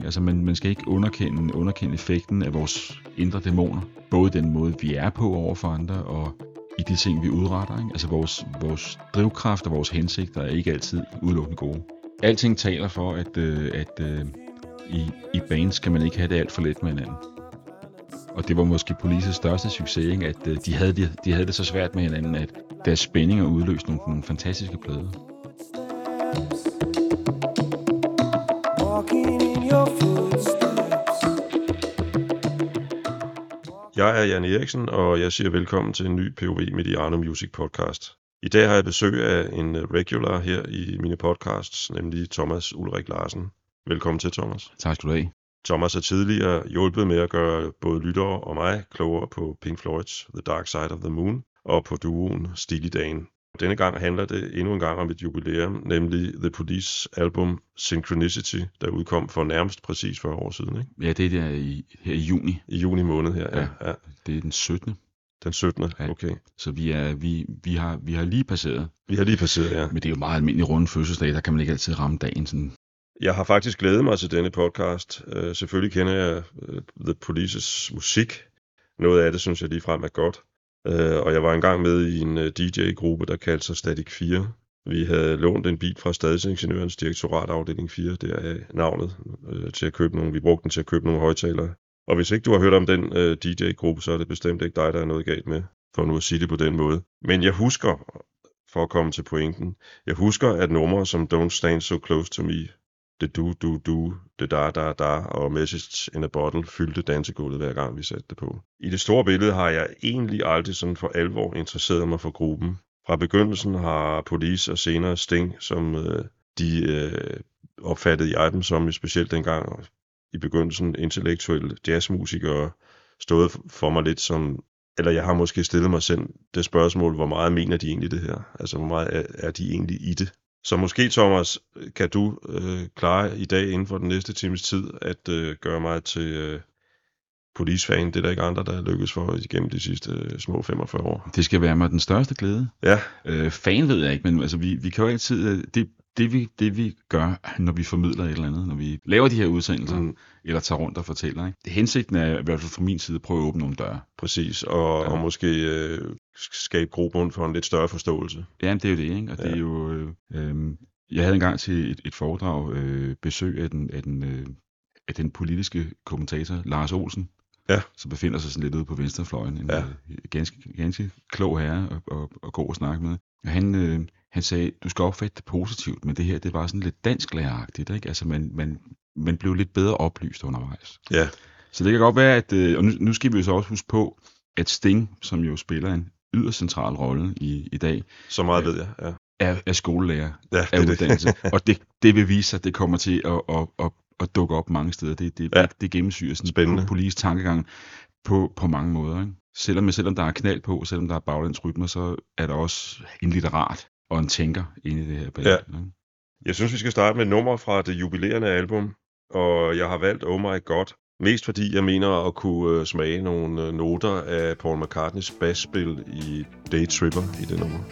Ikke? Altså man skal ikke underkende effekten af vores indre dæmoner. Både den måde, vi er på over for andre, og i de ting, vi udretter. Ikke? Altså vores drivkraft og vores hensigter er ikke altid udelukkende gode. Alting taler for, at i bands kan man ikke have det alt for let med hinanden. Og det var måske Polices største succes, ikke? At de havde det så svært med hinanden, at deres spændinger udløste nogle fantastiske plader. Jeg er Jan Eriksen, og jeg siger velkommen til en ny POV Mediano Music podcast. I dag har jeg besøg af en regular her i mine podcasts, nemlig Thomas Ulrik Larsen. Velkommen til, Thomas. Tak skal du have. Thomas har tidligere hjulpet med at gøre både lyttere og mig klogere på Pink Floyds The Dark Side of the Moon og på duoen Steely Dan. Denne gang handler det endnu en gang om et jubilæum, nemlig The Police album Synchronicity, der udkom for nærmest præcis 40 år siden. Ikke? Ja, det er der her i juni. I juni måned her, ja. Det er den 17. Den 17. Okay. Så vi har lige passeret. Vi har lige passeret, ja. Men det er jo meget almindelig runde fødselsdag, der kan man ikke altid ramme dagen sådan. Jeg har faktisk glædet mig til denne podcast. Selvfølgelig kender jeg The Polices musik. Noget af det synes jeg ligefrem er godt. Og jeg var engang med i en DJ-gruppe, der kaldte sig Static 4. Vi havde lånt en bil fra Stadsingeniørens direktorat afdeling 4, der er navnet, til at købe nogle. Vi brugte den til at købe nogle højtalere. Og hvis ikke du har hørt om den DJ-gruppe, så er det bestemt ikke dig, der er noget galt med, for nu at sige det på den måde. Men jeg husker, for at komme til pointen, jeg husker, at numre som Don't Stand So Close To Me, det du, det da og Message in a Bottle fyldte dansegulvet hver gang vi satte det på. I det store billede har jeg egentlig aldrig sådan for alvor interesseret mig for gruppen. Fra begyndelsen har Police og senere Sting, som de opfattede jeg dem som, specielt dengang i begyndelsen intellektuelle jazzmusikere, stået for mig lidt som, eller jeg har måske stillet mig selv det spørgsmål, hvor meget mener de egentlig det her? Altså hvor meget er de egentlig i det? Så måske, Thomas, kan du klare i dag inden for den næste times tid at gøre mig til Police-fan. Det er der ikke andre, der lykkes for igennem de sidste små 45 år. Det skal være mig den største glæde. Ja. Fan ved jeg ikke, men altså, vi kan jo altid... Det vi gør, når vi formidler et eller andet, når vi laver de her udsendelser, eller tager rundt og fortæller, ikke? Hensigten er i hvert fald fra min side at prøve at åbne nogle døre. Præcis, og måske skabe grobund for en lidt større forståelse. Ja, det er jo det, ikke? Og det er jo... jeg havde engang til et foredrag besøg af den politiske kommentator Lars Olsen, som befinder sig sådan lidt ude på venstrefløjen. En ganske klog herre og god at snakke med. Og han sagde, du skal opfatte det positivt, men det her, det var sådan lidt dansklæreragtigt, ikke? Altså, man blev lidt bedre oplyst undervejs. Ja. Så det kan godt være, at... Og nu skal vi jo så også huske på, at Sting, som jo spiller en yderst central rolle i dag... Så meget ved jeg, ja. Er skolelærer af uddannelse. Og det vil vise sig, at det kommer til at dukke op mange steder. Det gennemsyrer sådan politisk tankegang på mange måder, ikke? Selvom der er knald på, selvom der er baglandsrytmer, så er der også en litterat og en tænker inde i det her band. Ja. Jeg synes, vi skal starte med et nummer fra det jubilerende album, og jeg har valgt Oh My God, mest fordi jeg mener at kunne smage nogle noter af Paul McCartneys basspil i Day Tripper i det nummer.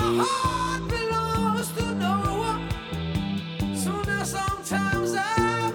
Sometimes I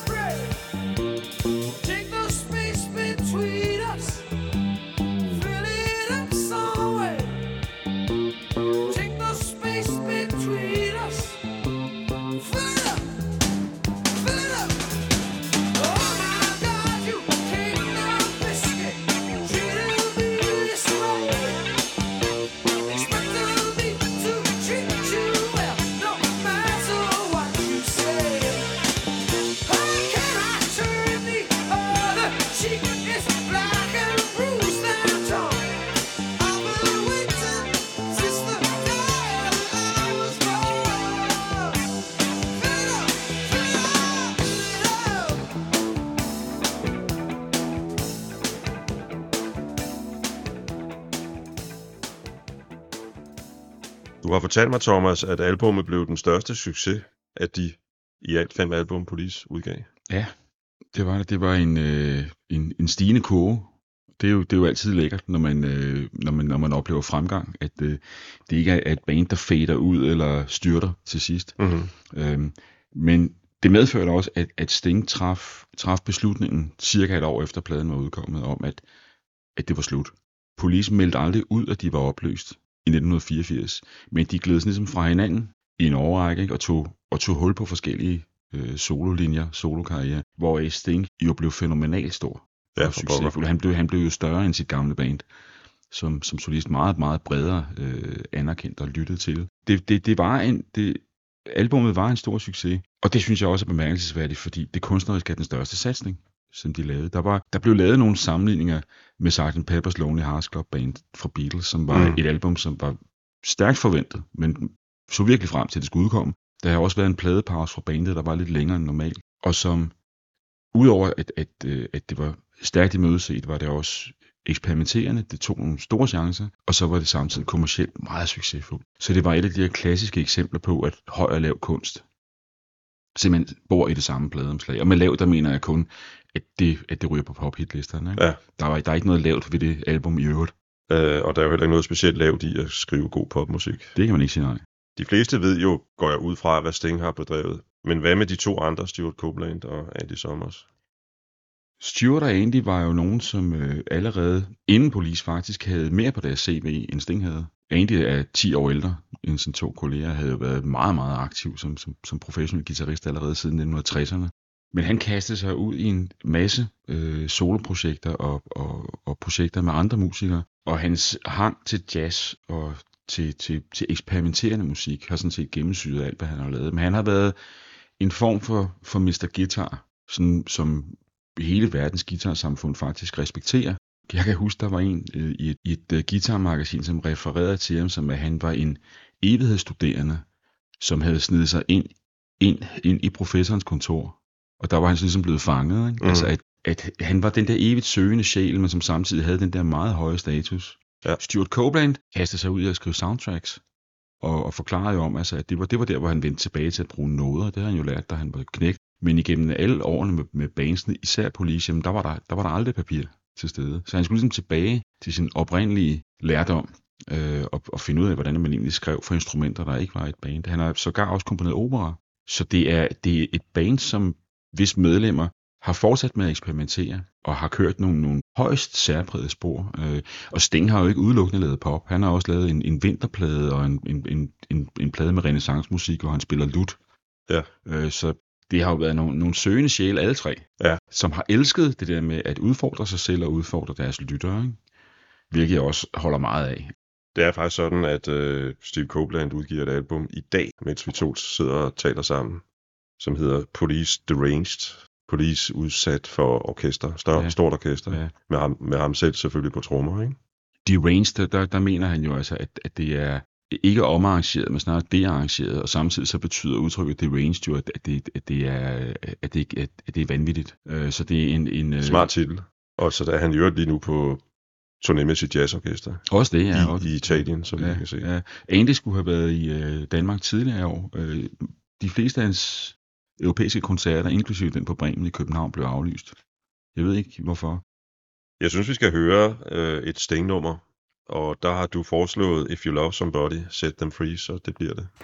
Du har fortalt mig, Thomas, at albumet blev den største succes af de i alt 5 album, Police udgav. Ja, det var det. Det var en stigende kurve. Det er jo altid lækkert, når man oplever fremgang, at det ikke er et band, der fader ud eller styrter til sidst. Mm-hmm. Men det medførte også, at Sting traf beslutningen cirka et år efter pladen var udkommet om, at det var slut. Police meldte aldrig ud, at de var opløst i 1984, men de gled sådan ligesom fra hinanden i en årrække, ikke? og tog hul på forskellige solokarriere, hvor Sting jo blev fænomenalt stor. Ja, succesfuld. Han blev jo større end sit gamle band, som solist meget, meget bredere anerkendt og lyttet til. Albummet var en stor succes, og det synes jeg også er bemærkelsesværdigt, fordi det kunstneriske er den største satsning, som de lavede. Der blev lavet nogle sammenligninger med Sgt. Pepper's Lonely Hearts Club Band fra Beatles, som var et album, som var stærkt forventet, men så virkelig frem til, at det skulle udkomme. Der har også været en pladepause fra bandet, der var lidt længere end normalt, og som udover at det var stærkt imødeset, var det også eksperimenterende, det tog nogle store chancer, og så var det samtidig kommercielt meget succesfuldt. Så det var et af de her klassiske eksempler på, at høj og lav kunst simpelthen bor i det samme pladeomslag. Og med lav, der mener jeg kun, at det ryger på pophitlisterne. Ikke? Ja. Der er ikke noget lavt ved det album i øvrigt. Og der er jo heller ikke noget specielt lavt i at skrive god popmusik. Det kan man ikke sige nej. De fleste ved jo, går jeg ud fra, hvad Sting har bedrevet. Men hvad med de 2 andre, Stuart Copeland og Andy Summers? Stuart og Andy var jo nogen, som allerede inden Police faktisk havde mere på deres CV, end Sting havde. Andy er 10 år ældre end sine 2 kolleger, havde jo været meget, meget aktiv som professionel guitarist allerede siden 1960'erne. Men han kastede sig ud i en masse soloprojekter og projekter med andre musikere, og hans hang til jazz og til eksperimenterende musik har sådan set gennemsyret alt, hvad han har lavet. Men han har været en form for Mr. Guitar, som hele verdens guitarsamfund faktisk respekterer. Jeg kan huske, der var en i et guitarmagasin, som refererede til ham, som at han var en evighedsstuderende, som havde snedet sig ind i professorens kontor. Og der var han ligesom blevet fanget. Ikke? Altså, at han var den der evigt søgende sjæl, men som samtidig havde den der meget høje status. Ja. Stuart Copeland kastede sig ud i at skrive soundtracks, og forklarede jo om, altså, at det var der, hvor han vendte tilbage til at bruge noder. Det havde han jo lært, da han var knægt. Men igennem alle årene med bandsene, især Police, der var der aldrig papir til stede. Så han skulle ligesom tilbage til sin oprindelige lærdom og finde ud af, hvordan man egentlig skrev for instrumenter, der ikke var et band. Han har sågar også komponeret opera. Så det er et band, som hvis medlemmer har fortsat med at eksperimentere og har kørt nogle højst særprægede spor. Og Sting har jo ikke udelukkende lavet pop. Han har også lavet en vinterplade og en plade med renæssancemusik, hvor han spiller lut. Ja. Så det har jo været nogle søgende sjæle, alle 3, som har elsket det der med at udfordre sig selv og udfordre deres lyttere, ikke? Hvilket jeg også holder meget af. Det er faktisk sådan, at Steve Copeland udgiver et album i dag, mens vi 2 sidder og taler sammen, som hedder Police Deranged. Police udsat for orkester, stort orkester, med ham selv selvfølgelig på trommer, ikke? Deranged, der mener han jo altså, at det er ikke omarrangeret, men snarere dearrangeret, og samtidig så betyder udtrykket deranged jo, at det er vanvittigt. Så det er en smart titel. Og så der er han jo lige nu på turné med sit jazzorkester. Også det, ja. I Italien, som vi kan se. Ja. Andy skulle have været i Danmark tidligere i år. De fleste af hans europæiske koncerter, inklusive den på Bremen i København, blev aflyst. Jeg ved ikke, hvorfor. Jeg synes, vi skal høre et Sting-nummer, og der har du foreslået If You Love Somebody, Set Them Free, så det bliver det.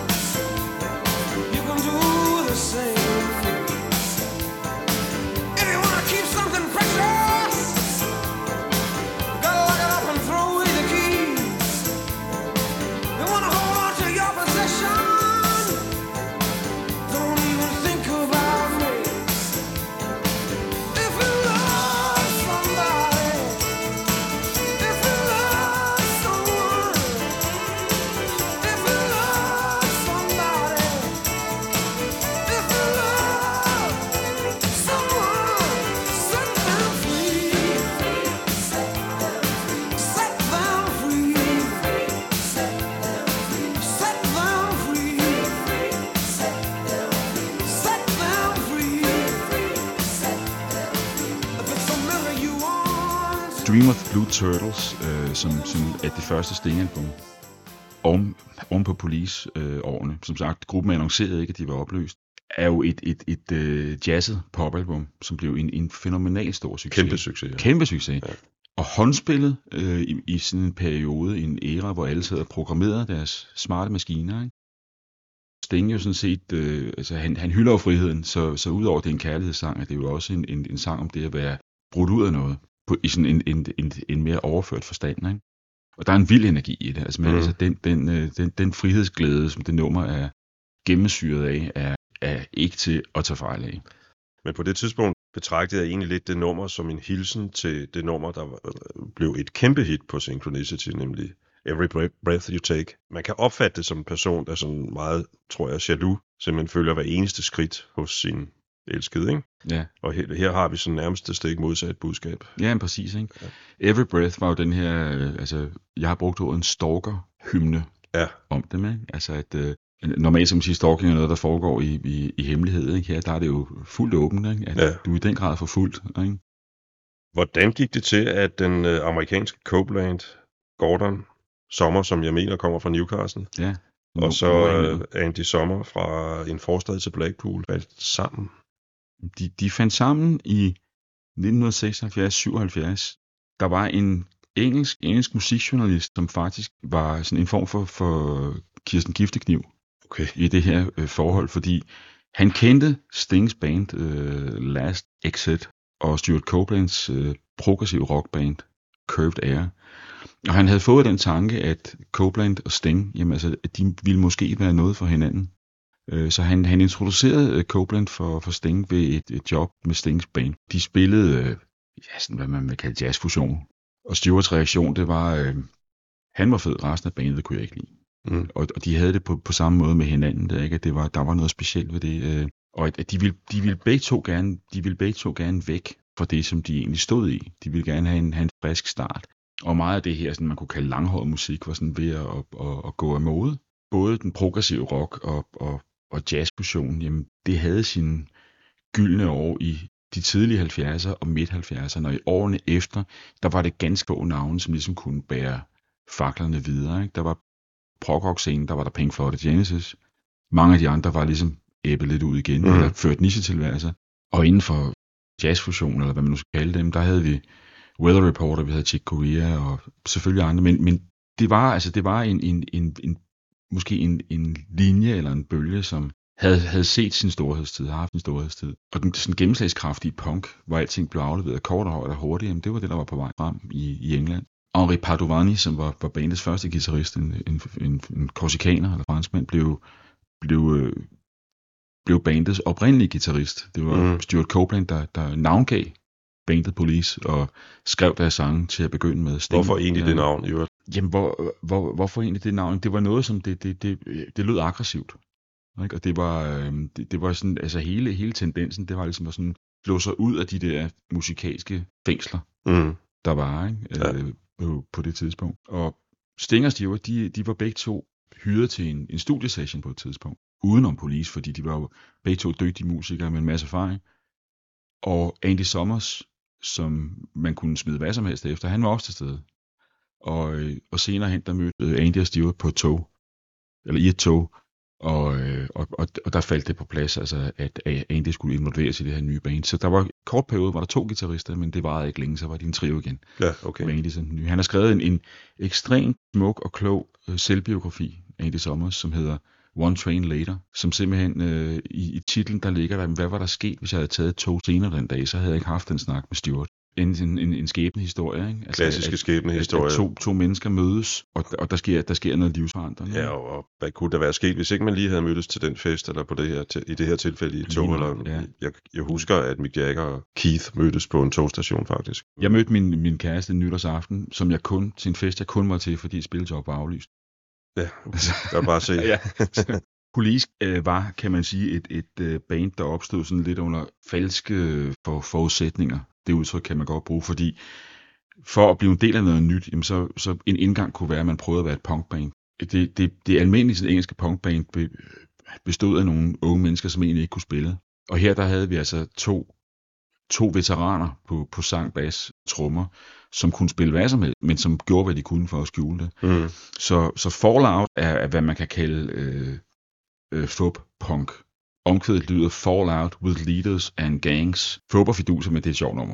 If you Dream of the Blue Turtles, som er det første Sting-album oven på Police-årene. Som sagt, gruppen annoncerede ikke, at de var opløst. Er jo et jazzet popalbum, som blev en fænomenal stor succes. Kæmpe succes. Ja. Kæmpe succes. Ja. Og håndspillet i sådan en periode, en æra, hvor alle sad og programmerede deres smarte maskiner. Ikke? Sting jo sådan set, altså han hylder jo friheden, så udover det er en kærlighedssang, er det jo også en sang om det at være brudt ud af noget, i sådan en mere overført forstand. Ikke? Og der er en vild energi i det. Altså, altså den frihedsglæde, som det nummer er gennemsyret af, er ikke til at tage fejl af. Men på det tidspunkt betragtede jeg egentlig lidt det nummer som en hilsen til det nummer, der blev et kæmpe hit på Synchronicity, nemlig Every Breath You Take. Man kan opfatte det som en person, der er sådan meget, tror jeg, jaloux, simpelthen følger hver eneste skridt hos sin elskede, ikke? Ja. Og her har vi sådan nærmest det stik modsat budskab. Ja, præcis, ikke? Ja. Every Breath var jo den her, altså, jeg har brugt ordet en stalker-hymne om dem, ikke? Altså, at normalt, som man siger, stalking er noget, der foregår i hemmelighed, ikke? Her, der er det jo fuldt åbent, ikke? At du i den grad får fuldt, ikke? Hvordan gik det til, at den amerikanske Copeland, Gordon Sommer, som jeg mener kommer fra Newcastle, og så Andy Sommer fra en forstad til Blackpool, faldt sammen? De fandt sammen i 1976-77. Der var en engelsk musikjournalist, som faktisk var sådan en form for Kirsten Giftekniv i det her forhold, fordi han kendte Stings band Last Exit og Stuart Copelands progressive rockband Curved Air. Og han havde fået den tanke, at Copeland og Sting, jamen altså, at de ville måske være noget for hinanden. Så han introducerede Copeland for Sting ved et job med Stings band. De spillede, sådan hvad man vil kalde jazzfusion. Og Stewarts reaktion, det var, han var fed, resten af bandet kunne jeg ikke lide. Og de havde det på samme måde med hinanden, der, ikke? At der var noget specielt ved det. Og at de ville begge to gerne væk fra det, som de egentlig stod i. De ville gerne have en frisk start. Og meget af det her, sådan, man kunne kalde langhåret musik, var sådan ved at gå af mode. Både den progressive rock og jazzfusion, jamen det havde sine gyldne år i de tidlige 70'er og midt-70'erne, og i årene efter, der var det ganske få navne, som ligesom kunne bære faklerne videre. Ikke? Der var prog-rock-scenen, der var der Pink Floyd og Genesis. Mange af de andre var ligesom æbbet lidt ud igen, eller ført nichetilværelser. Og inden for jazzfusion, eller hvad man nu skal kalde dem, der havde vi Weather Report, vi havde Chick Corea og selvfølgelig andre, men det var måske en linje eller en bølge, som havde set sin storhedstid, har haft en storhedstid. Og den sådan gennemslagskraftige punk, hvor alting blev afleveret kort og højt og hurtigt, jamen det var det, der var på vej frem i England. Henri Padovani, som var bandets første guitarist, en korsikaner eller franskmand, blev bandets oprindelige guitarist. Det var Stuart Copeland, der navngav bandet Police og skrev deres sange til at begynde med. Sting. Hvorfor egentlig det navn, i øvrigt? Jamen, hvorfor egentlig det navn? Det var noget, som det lød aggressivt. Ikke? Og det var sådan, altså hele tendensen, det var ligesom at sådan slå sig ud af de der musikalske fængsler, der var, ikke? På det tidspunkt. Og Sting og Stewart, de var begge to hyret til en studiesession på et tidspunkt, udenom Police, fordi de var jo begge to dygtige musikere med en masse erfaring. Og Andy Summers, som man kunne smide hvad som helst efter, han var også til stede. Og senere hen, der mødte Andy og Stewart på et tog, eller i et tog, og der faldt det på plads, altså at Andy skulle involveres i det her nye band. Så der var en kort periode, var der 2 guitarister, men det varede ikke længe, så var de en trio igen. Ja, okay. Andy, han har skrevet en ekstremt smuk og klog selvbiografi, Andy Summers, som hedder One Train Later, som simpelthen i titlen, der ligger der, hvad var der sket, hvis jeg havde taget et tog senere den dag, så havde jeg ikke haft den snak med Stewart. En skæbnehistorie, ikke? Altså, klassiske skæbnehistorie. To mennesker mødes, og der sker noget livsforandring. Ja, og hvad kunne der være sket, hvis ikke man lige havde mødtes til den fest, eller på i det her tilfælde i et tog? Eller, jeg husker, at Mick Jagger og Keith mødtes på en togstation, faktisk. Jeg mødte min kæreste nytårsaften, som til en fest, jeg kun var til, fordi spillejob var aflyst. Ja, der er bare at se. Ja. Police var, kan man sige, et band, der opstod sådan lidt under falske forudsætninger. Det udtryk kan man godt bruge, fordi for at blive en del af noget nyt, jamen så en indgang kunne være, at man prøvede at være et punkband. Det almindelige engelske punkband bestod af nogle unge mennesker, som egentlig ikke kunne spille. Og her der havde vi altså 2 2 veteraner på sang, bas, trommer, som kunne spille hvad som helst, men som gjorde, hvad de kunne for at skjule det. Mm. Så Fallout er, hvad man kan kalde fub-punk. Omkvædet lyder Fallout with leaders and gangs. Fub og fiduser, men det er et sjovt nummer.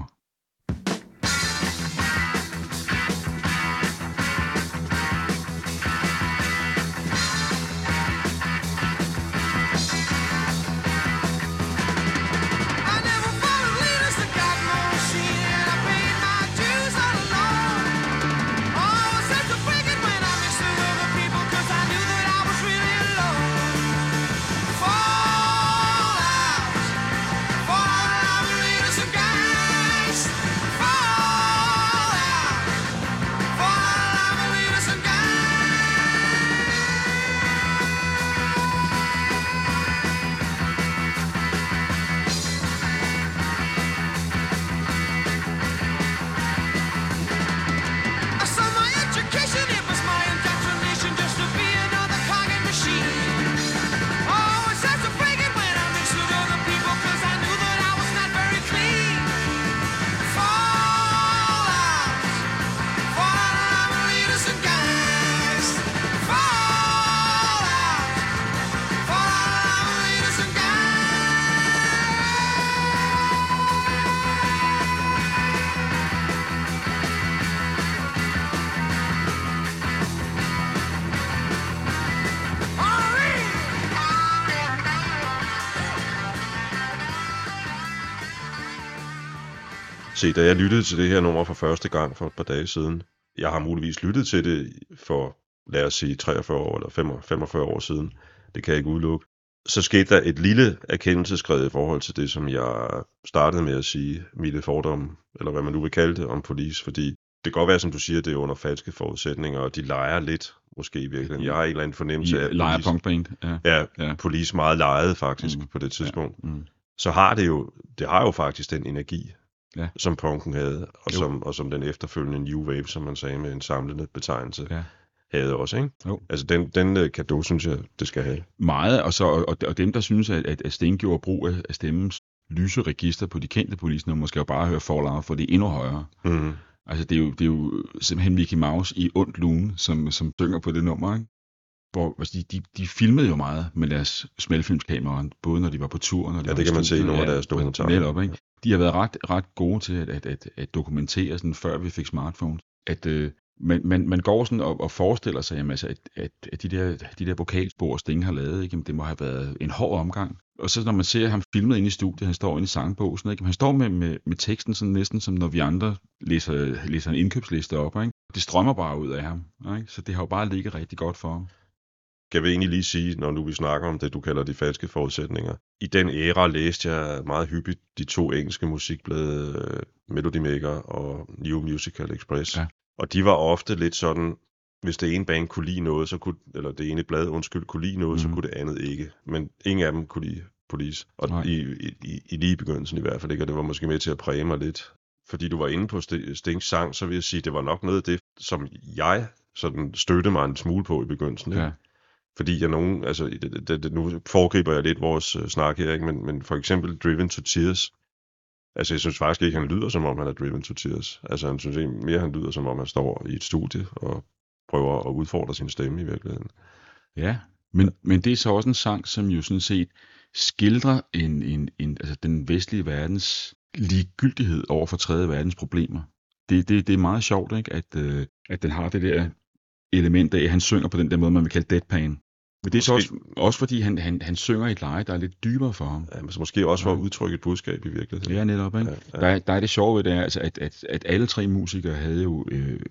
Se, da jeg lyttede til det her nummer for første gang for et par dage siden, jeg har muligvis lyttet til det for, lad os sige, 43 år eller 45 år siden, det kan jeg ikke udelukke, så skete der et lille erkendelsesskred i forhold til det, som jeg startede med at sige, mine fordomme, eller hvad man nu vil kalde det, om Police, fordi det kan godt være, som du siger, det er under falske forudsætninger, og de leger lidt, måske i virkeligheden. Jeg har en eller anden fornemmelse af, leger punkband. Ja, Police meget legede faktisk på det tidspunkt. Ja. Så har det har jo faktisk den energi, som punken havde, og som den efterfølgende New Wave, som man sagde med en samlende betegnelse, havde også, ikke? Jo. Altså den cadeau, synes jeg, det skal have. Meget, og dem, der synes, at Sting gjorde brug af stemmens lyse register på de kendte Police-numre, skal jo bare høre Fallout, for det er endnu højere. Mm. Altså det er jo simpelthen Mickey Mouse i ondt lune, som synger på det nummer, ikke? Hvor de filmede jo meget med deres smalfilmskameraer, både når de var på tur, når de var det kan man se i nogle af deres dokumentarer. Netop, ikke? De har været ret gode til at dokumentere, sådan, før vi fik smartphones, at man går sådan og forestiller sig, jamen, altså, at de der vokalspor, Sting har lavet, ikke? Jamen, det må have været en hård omgang. Og så når man ser ham filmet inde i studiet, han står inde i sangbogen, ikke? Han står med teksten sådan næsten som når vi andre læser en indkøbsliste op, ikke? Det strømmer bare ud af ham, ikke? Så det har jo bare ligget rigtig godt for ham. Jeg vil egentlig lige sige, når nu vi snakker om det, du kalder de falske forudsætninger. I den æra læste jeg meget hyppigt de 2 engelske musikblade, Melody Maker og New Musical Express. Ja. Og de var ofte lidt sådan, hvis det ene band kunne lide noget, så kunne, eller det ene blad, kunne lide noget, så kunne det andet ikke. Men ingen af dem kunne lide Police. Og i lige begyndelsen i hvert fald ikke, og det var måske med til at præge mig lidt. Fordi du var inde på Stings sang, så vil jeg sige, det var nok noget af det, som jeg sådan støttede mig en smule på i begyndelsen. Ikke? Ja. Fordi nu foregriber jeg lidt vores snak her, ikke? Men for eksempel Driven to Tears. Altså jeg synes faktisk ikke, han lyder som om han er Driven to Tears. Altså han synes ikke mere, han lyder som om han står i et studie og prøver at udfordre sin stemme i virkeligheden. Ja, men det er så også en sang, som jo sådan set skildrer altså den vestlige verdens ligegyldighed over for tredje verdens problemer. Det er meget sjovt, ikke? At den har det der element af, at han synger på den der måde, man vil kalde deadpan. Men det er så også fordi han synger i et leje, der er lidt dybere for ham. Ja, men så måske også for at udtrykke et budskab i virkeligheden. Ja, netop. Ikke? Ja. Der er det sjove ved det, altså, at alle 3 musikere havde jo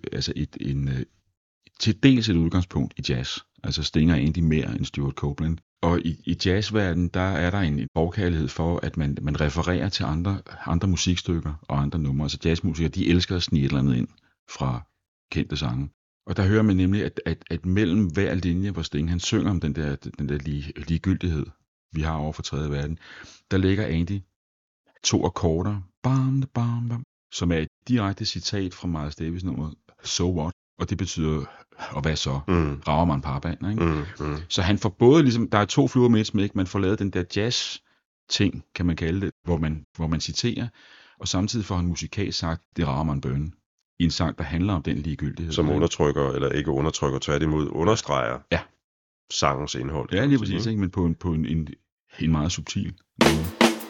til dels et udgangspunkt i jazz. Altså Sting er egentlig mere end Stuart Copeland. Og i jazzverdenen, der er der en forkærlighed for, at man refererer til andre musikstykker og andre numre. Altså jazzmusikere, de elsker at snige et eller andet ind fra kendte sange. Og der hører man nemlig, at mellem hver linje, hvor Sting han synger om den der ligegyldighed, vi har over for tredje verden, der ligger Andy 2 akkorder, bam, bam, bam, som er et direkte citat fra Miles Davis nummer So What, og det betyder, og hvad så? Rager man parband, ikke? Så han får både ligesom, der er 2 fluer med et smæk, man får lavet den der jazz ting, kan man kalde det, hvor man citerer, og samtidig får han musikalsk sagt, det rager man bønne. I en sang, der handler om den ligegyldighed. Som undertrykker, eller ikke undertrykker, tværtimod understreger sangens indhold. Ja, lige præcis, ikke? Men på en meget subtil måde.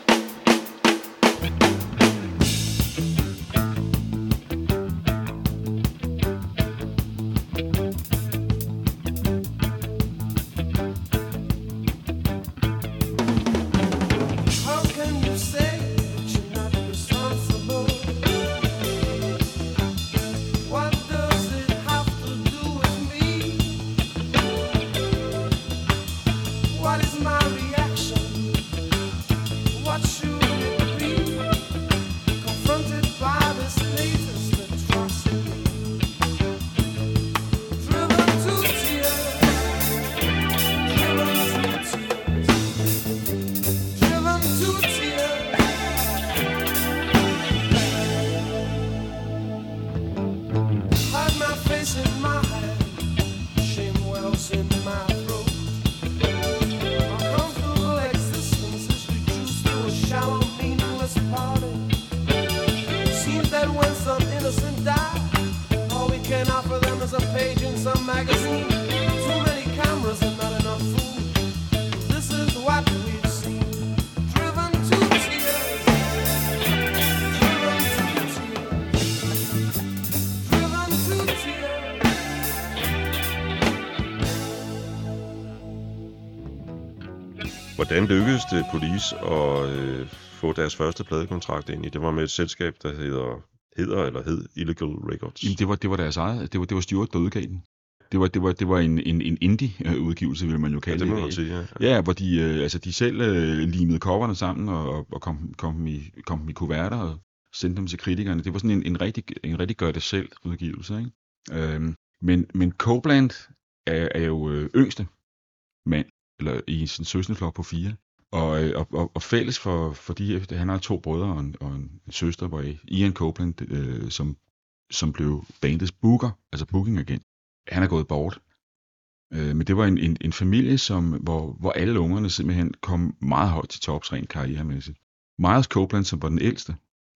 Hvordan lykkedes det Police at få deres første pladekontrakt ind i? Det var med et selskab, der hed Illegal Records. Jamen, det var deres eget. Det var Stewart, der udgav den. Det var en indie-udgivelse, vil man jo kalde det. Det må man sige, ja. Hvor de selv limede coverne sammen og kom i kuverter og sendte dem til kritikerne. Det var sådan en rigtig gør-det-selv-udgivelse, ikke? Men Copeland er jo yngste mand, eller i sin søskendeflok på 4. Og fælles for de, han har 2 brødre og en søster, hvor Ian Copeland, som blev bandets booker, altså booking agent. Han er gået bort. Men det var en familie, hvor alle ungerne simpelthen kom meget højt til tops rent karrieremæssigt. Miles Copeland, som var den ældste,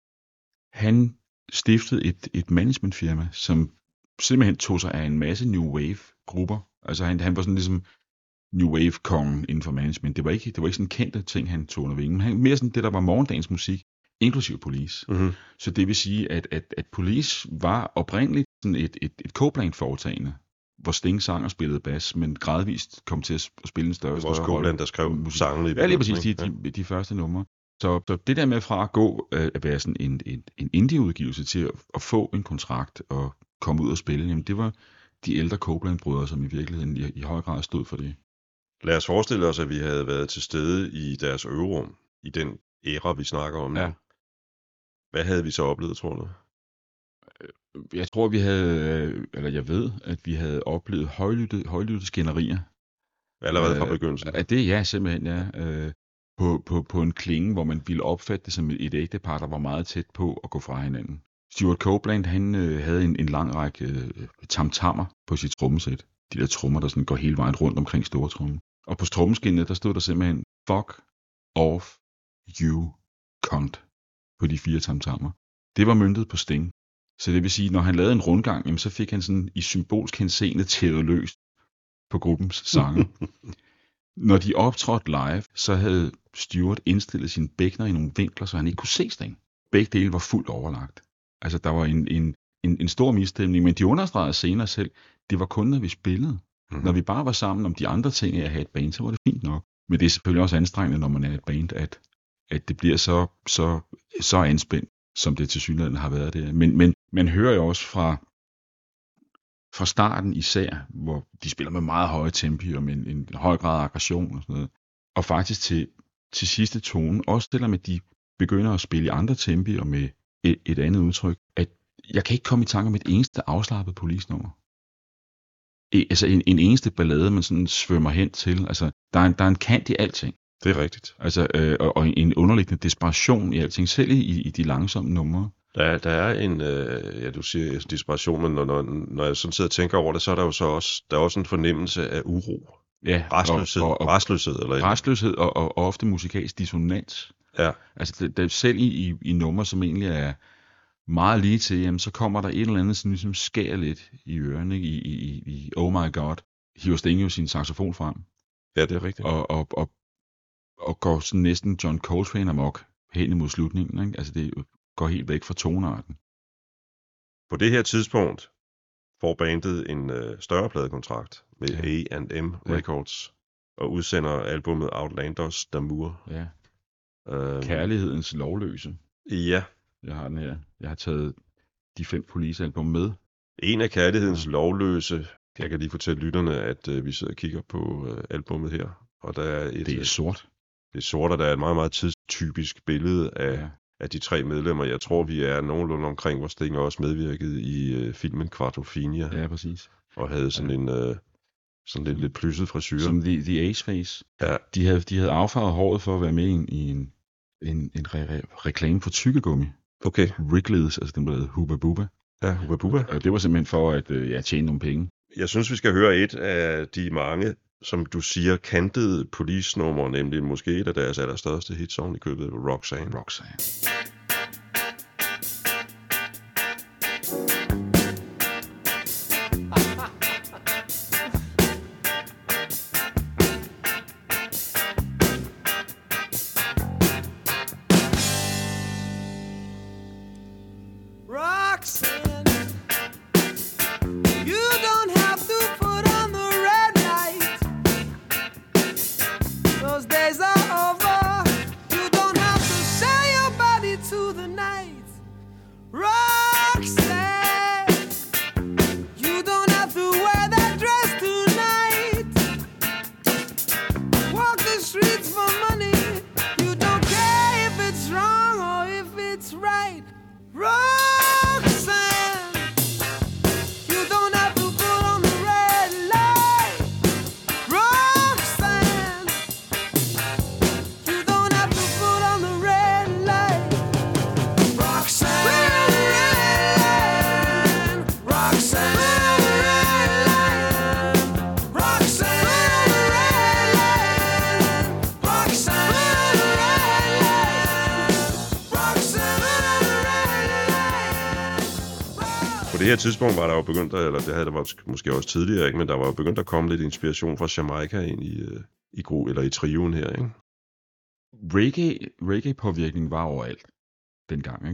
han stiftede et managementfirma, som simpelthen tog sig af en masse New Wave-grupper. Altså han var sådan ligesom New Wave-kongen inden for management. Det var ikke sådan kendte ting, han tog under vingen. Han mere sådan det, der var morgendagens musik, inklusive Police. Mm-hmm. Så det vil sige, at Police var oprindeligt sådan et Copeland-foretagende, hvor Sting sang og spillede bas, men gradvist kom til at spille en større rolle. Det var også Copeland, der skrev sangene i ja, lige præcis de første numre. Så det der med fra at gå at være sådan en indie-udgivelse til at få en kontrakt og komme ud og spille, jamen det var de ældre Copeland-brødre, som i virkeligheden i høj grad stod for det. Lad os forestille os, at vi havde været til stede i deres øverum, i den æra, vi snakker om nu. Ja. Hvad havde vi så oplevet, tror du? Jeg tror, jeg ved, at vi havde oplevet højlytte skænderier. Allerede fra begyndelsen? Ja, simpelthen, ja. På en klinge, hvor man ville opfatte det som et ægtepar, der var meget tæt på at gå fra hinanden. Stewart Copeland, han havde en lang række tamtammer på sit trommesæt. De der trommer, der sådan går hele vejen rundt omkring stortrommen. Og på trommeskinnet, der stod der simpelthen fuck off you cunt på de 4 tamtammer. Det var møntet på Sting. Så det vil sige, når han lavede en rundgang, jamen, så fik han sådan i symbolsk henseende tævet løs på gruppens sange. Når de optrådte live, så havde Stewart indstillet sine bækkener i nogle vinkler, så han ikke kunne se Sting. Begge dele var fuldt overlagt. Altså, der var en stor misstemning, men de understregede senere selv, det var kun, når vi spillede. Mm-hmm. Når vi bare var sammen om de andre ting af at have et band, så var det fint nok. Men det er selvfølgelig også anstrengende, når man er et band, at det bliver så anspændt, som det tilsyneladende har været der. Men man hører jo også fra starten især, hvor de spiller med meget høje tempi og med en høj grad af aggression og sådan noget. Og faktisk til sidste tone, også selvom at de begynder at spille i andre tempi og med et andet udtryk, at jeg kan ikke komme i tanke om et eneste afslappet Police-nummer. Altså en eneste ballade, man sådan svømmer hen til. Altså, der er en kant i alting. Det er rigtigt. Altså, og en underliggende desperation i alting, selv i de langsomme numre. Der er en, du siger desperation, men når jeg sådan sidder og tænker over det, så er der jo så også en fornemmelse af uro. Ja, rastløshed. Rastløshed og ofte musikalsk dissonans. Ja. Altså selv i numre, som egentlig er meget lige til, jamen, så kommer der et eller andet, som ligesom skærer lidt i ørerne, ikke? I Oh My God, hiver Sting jo sin saxofon frem, Ja, det er rigtigt. og går sådan næsten John Coltrane amok hen imod slutningen, ikke? Altså det går helt væk fra tonearten. På det her tidspunkt får bandet en større pladekontrakt med A&M Records, og udsender albumet Outlanders d'Amour. Ja. Kærlighedens lovløse. Ja. Jeg har den her. Jeg har taget de 5 Police-album med. En af Kærlighedens lovløse. Jeg kan lige fortælle lytterne, at vi sidder og kigger på albummet her. Og der er det er sort. Det er sort, og der er et meget, meget tidstypisk billede af de 3 medlemmer. Jeg tror, vi er nogenlunde omkring, hvor Sting også medvirkede i filmen Quadrophenia. Ja, præcis. Og havde sådan en lidt plysset frisyre. Som The Ace Face. Ja. De havde affarvet håret for at være med i en reklame for tykkegummi. Okay. Wrigley's, altså den blev Hubba Bubba. Ja, Hubba Bubba. Og det var simpelthen for at tjene nogle penge. Jeg synes, vi skal høre et af de mange, som du siger, kantede Police-numre, nemlig måske et af deres allerstørste hits oven i købet, Roxanne. På det her tidspunkt var der jo begyndt, eller det havde der måske også tidligere, ikke? Men der var jo begyndt at komme lidt inspiration fra Jamaica ind i trioen her, ikke? Reggae-påvirkning var overalt dengang,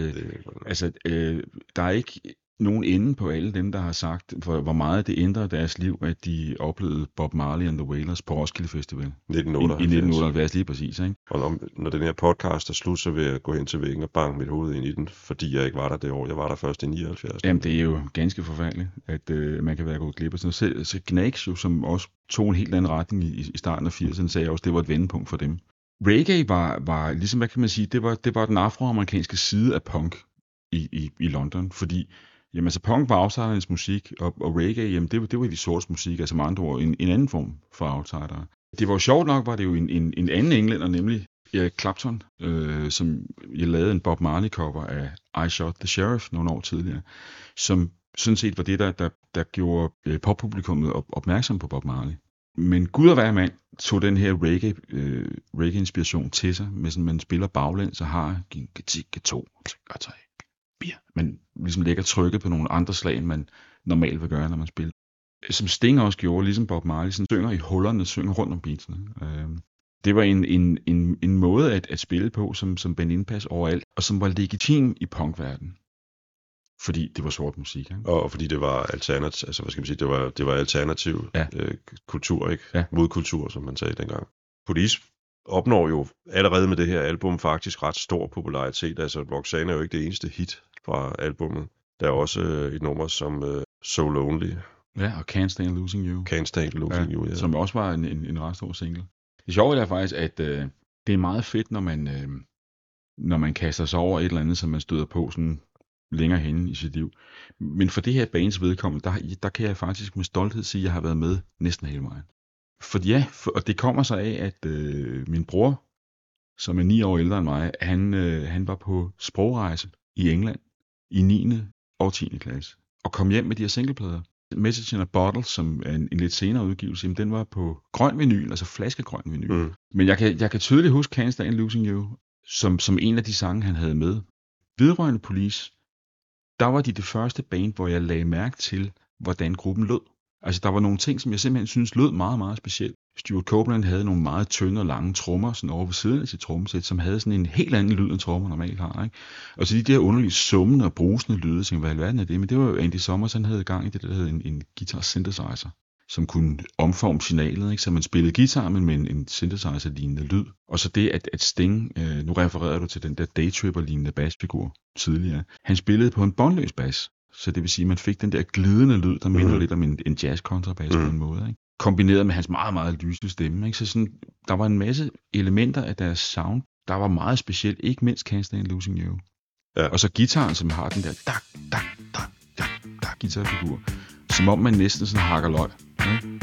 ikke? Der er ikke nogen ende på alle dem, der har sagt, hvor meget det ændrede deres liv, at de oplevede Bob Marley and the Wailers på Roskilde Festival. 1978. I 1978, lige præcis, ikke? Og når den her podcast er slut, så vil jeg gå hen til væggen og banke mit hoved ind i den, fordi jeg ikke var der det år. Jeg var der først i 79. Jamen, det er jo ganske forfærdeligt, at man kan være gået glip af sådan noget. Så Gnags jo, som også tog en helt anden retning i starten af 80'erne, sagde også, det var et vendepunkt for dem. Reggae var ligesom, hvad kan man sige, det var den afroamerikanske side af punk i London, fordi jamen, så punk var outsidernes musik, og reggae, jamen, det var de sortes musik, altså med andre ord, en anden form for outsider. Det var jo sjovt nok, var det jo en anden englænder, nemlig Eric Clapton, som jeg lavede en Bob Marley cover af I Shot the Sheriff nogle år tidligere, som sådan set var det, der gjorde poppublikummet opmærksom på Bob Marley. Men Gud og hver mand tog den her reggae-inspiration til sig, med sådan, man spiller baglæns og har to, tre. Man ligesom lægger trykket på nogle andre slag, end man normalt vil gøre, når man spiller. Som Sting også gjorde, ligesom Bob Marley, sådan synger i hullerne, synger rundt om beatsene. Det var en måde at spille på, som bandt indpas overalt, og som var legitim i punkverdenen. Fordi det var sort musik. Ikke? Og fordi det var alternativ, altså hvad skal man sige, det var alternativ kultur, ikke? Ja. Modkultur, som man sagde dengang. Police opnår jo allerede med det her album faktisk ret stor popularitet. Altså Roxanne er jo ikke det eneste hit fra albummet. Der er også et nummer som So Lonely. Ja, og Can't Stand Losing You. Can't Stand Losing You, ja. Som også var en ret stor single. Det sjove er faktisk, at det er meget fedt, når man kaster sig over et eller andet, som man støder på sådan længere henne i sit liv. Men for det her bands vedkommende, der kan jeg faktisk med stolthed sige, at jeg har været med næsten hele vejen. Og det kommer så af, at min bror, som er 9 år ældre end mig, han var på sprogrejse i England i 9. og 10. klasse, og kom hjem med de her singleplader. Message in a Bottle, som er en lidt senere udgivelse, jamen, den var på grøn vinyl, altså flaskegrøn vinyl. Men jeg kan tydeligt huske Can't Stand Losing You, som en af de sange, han havde med. Vedrørende Police, der var de det første band, hvor jeg lagde mærke til, hvordan gruppen lød. Altså, der var nogle ting, som jeg simpelthen synes lød meget, meget specielt. Stuart Copeland havde nogle meget tynde og lange trommer, sådan over ved siden af sit trommesæt, som havde sådan en helt anden lyd, end trommer normalt har, ikke? Og så de der underlige summende og brusende lyde, så hvad i alverden er det? Men det var jo Andy Summers, han havde i gang i det, der hed en guitar synthesizer, som kunne omforme signalet, ikke? Så man spillede guitar, men med en synthesizer-lignende lyd. Og så det, at Sting, nu refererer du til den der Daytripper-lignende bassfigur tidligere, han spillede på en båndløs bas. Så det vil sige, at man fik den der glidende lyd, der minder lidt om en jazz-kontrabass på en måde, ikke? Kombineret med hans meget, meget lyse stemme, ikke? Så sådan, der var en masse elementer af deres sound, der var meget specielt, ikke mindst Can't Stand Losing You. Ja. Og så gitaren, som har den der guitarfigur, som om man næsten sådan hakker løg. Ikke?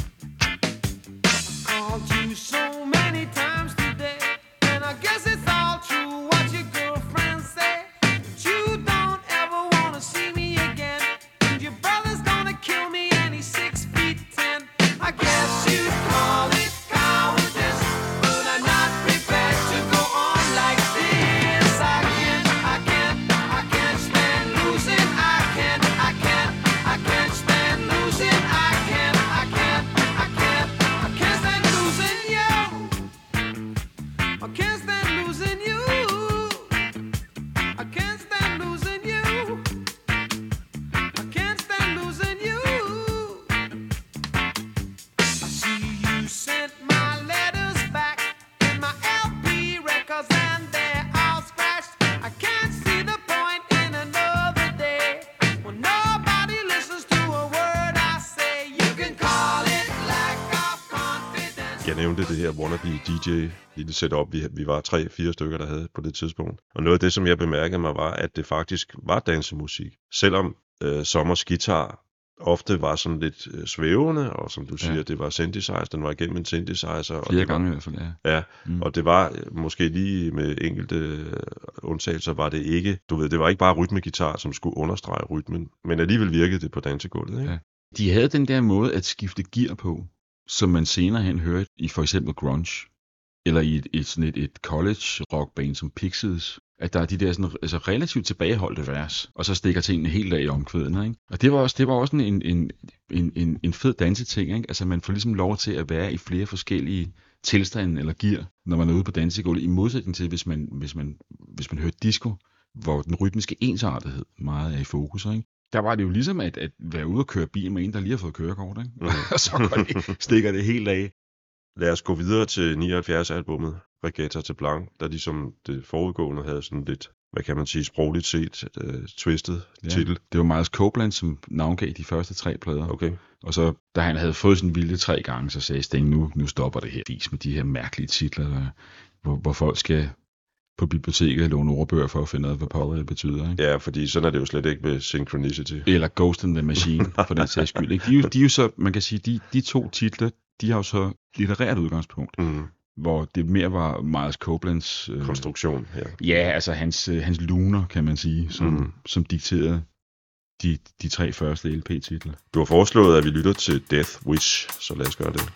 Jeg nævnte det her wannabe DJ lille setup, vi var 3-4 stykker, der havde på det tidspunkt. Og noget af det, som jeg bemærkede mig, var, at det faktisk var dansemusik. Selvom Sommers guitar ofte var sådan lidt svævende, og som du siger, det var synthesizer, den var igennem en synthesizer. Flere gange i hvert fald, ja. Ja, og det var måske lige med enkelte undtagelser, var det ikke, du ved, det var ikke bare rytmegitar, som skulle understrege rytmen, men alligevel virkede det på dansegulvet, ikke? Ja. De havde den der måde at skifte gear på, som man senere hen hørte i for eksempel grunge, eller i et college rockband som Pixies, at der er de der sådan, altså relativt tilbageholdte vers, og så stikker tingene helt af i omkvædene, ikke? Og det var også en fed danseting, ikke? Altså man får ligesom lov til at være i flere forskellige tilstande eller gear, når man er ude på dansegulvet, i modsætning til hvis man hørte disco, hvor den rytmiske ensartethed meget er i fokus, ikke? Der var det jo ligesom at være ude og køre bil med en, der lige har fået kørekort, ikke? Og så stikker det helt af. Lad os gå videre til 79-albummet, Regatta til Blanc, der ligesom det forudgående havde sådan lidt, hvad kan man sige, sprogligt set, twistet titel. Det var Miles Copeland, som navngav de første 3 plader. Okay. Og så, da han havde fået sin vilje 3 gange, så sagde Sting, nu stopper det her vis med de her mærkelige titler, hvor folk skal på biblioteket og låne ordbøger for at finde ud af, hvad power betyder, ikke? Ja, fordi sådan er det jo slet ikke med Synchronicity. Eller Ghost in the Machine, for den sags skyld, ikke? De er jo så, man kan sige, de 2 titler, de har jo så litterært udgangspunkt, hvor det mere var Miles Copelands konstruktion. Ja, altså hans luner, kan man sige, som dikterede de 3 første LP-titler. Du har foreslået, at vi lytter til Death Wish, så lad os gøre det.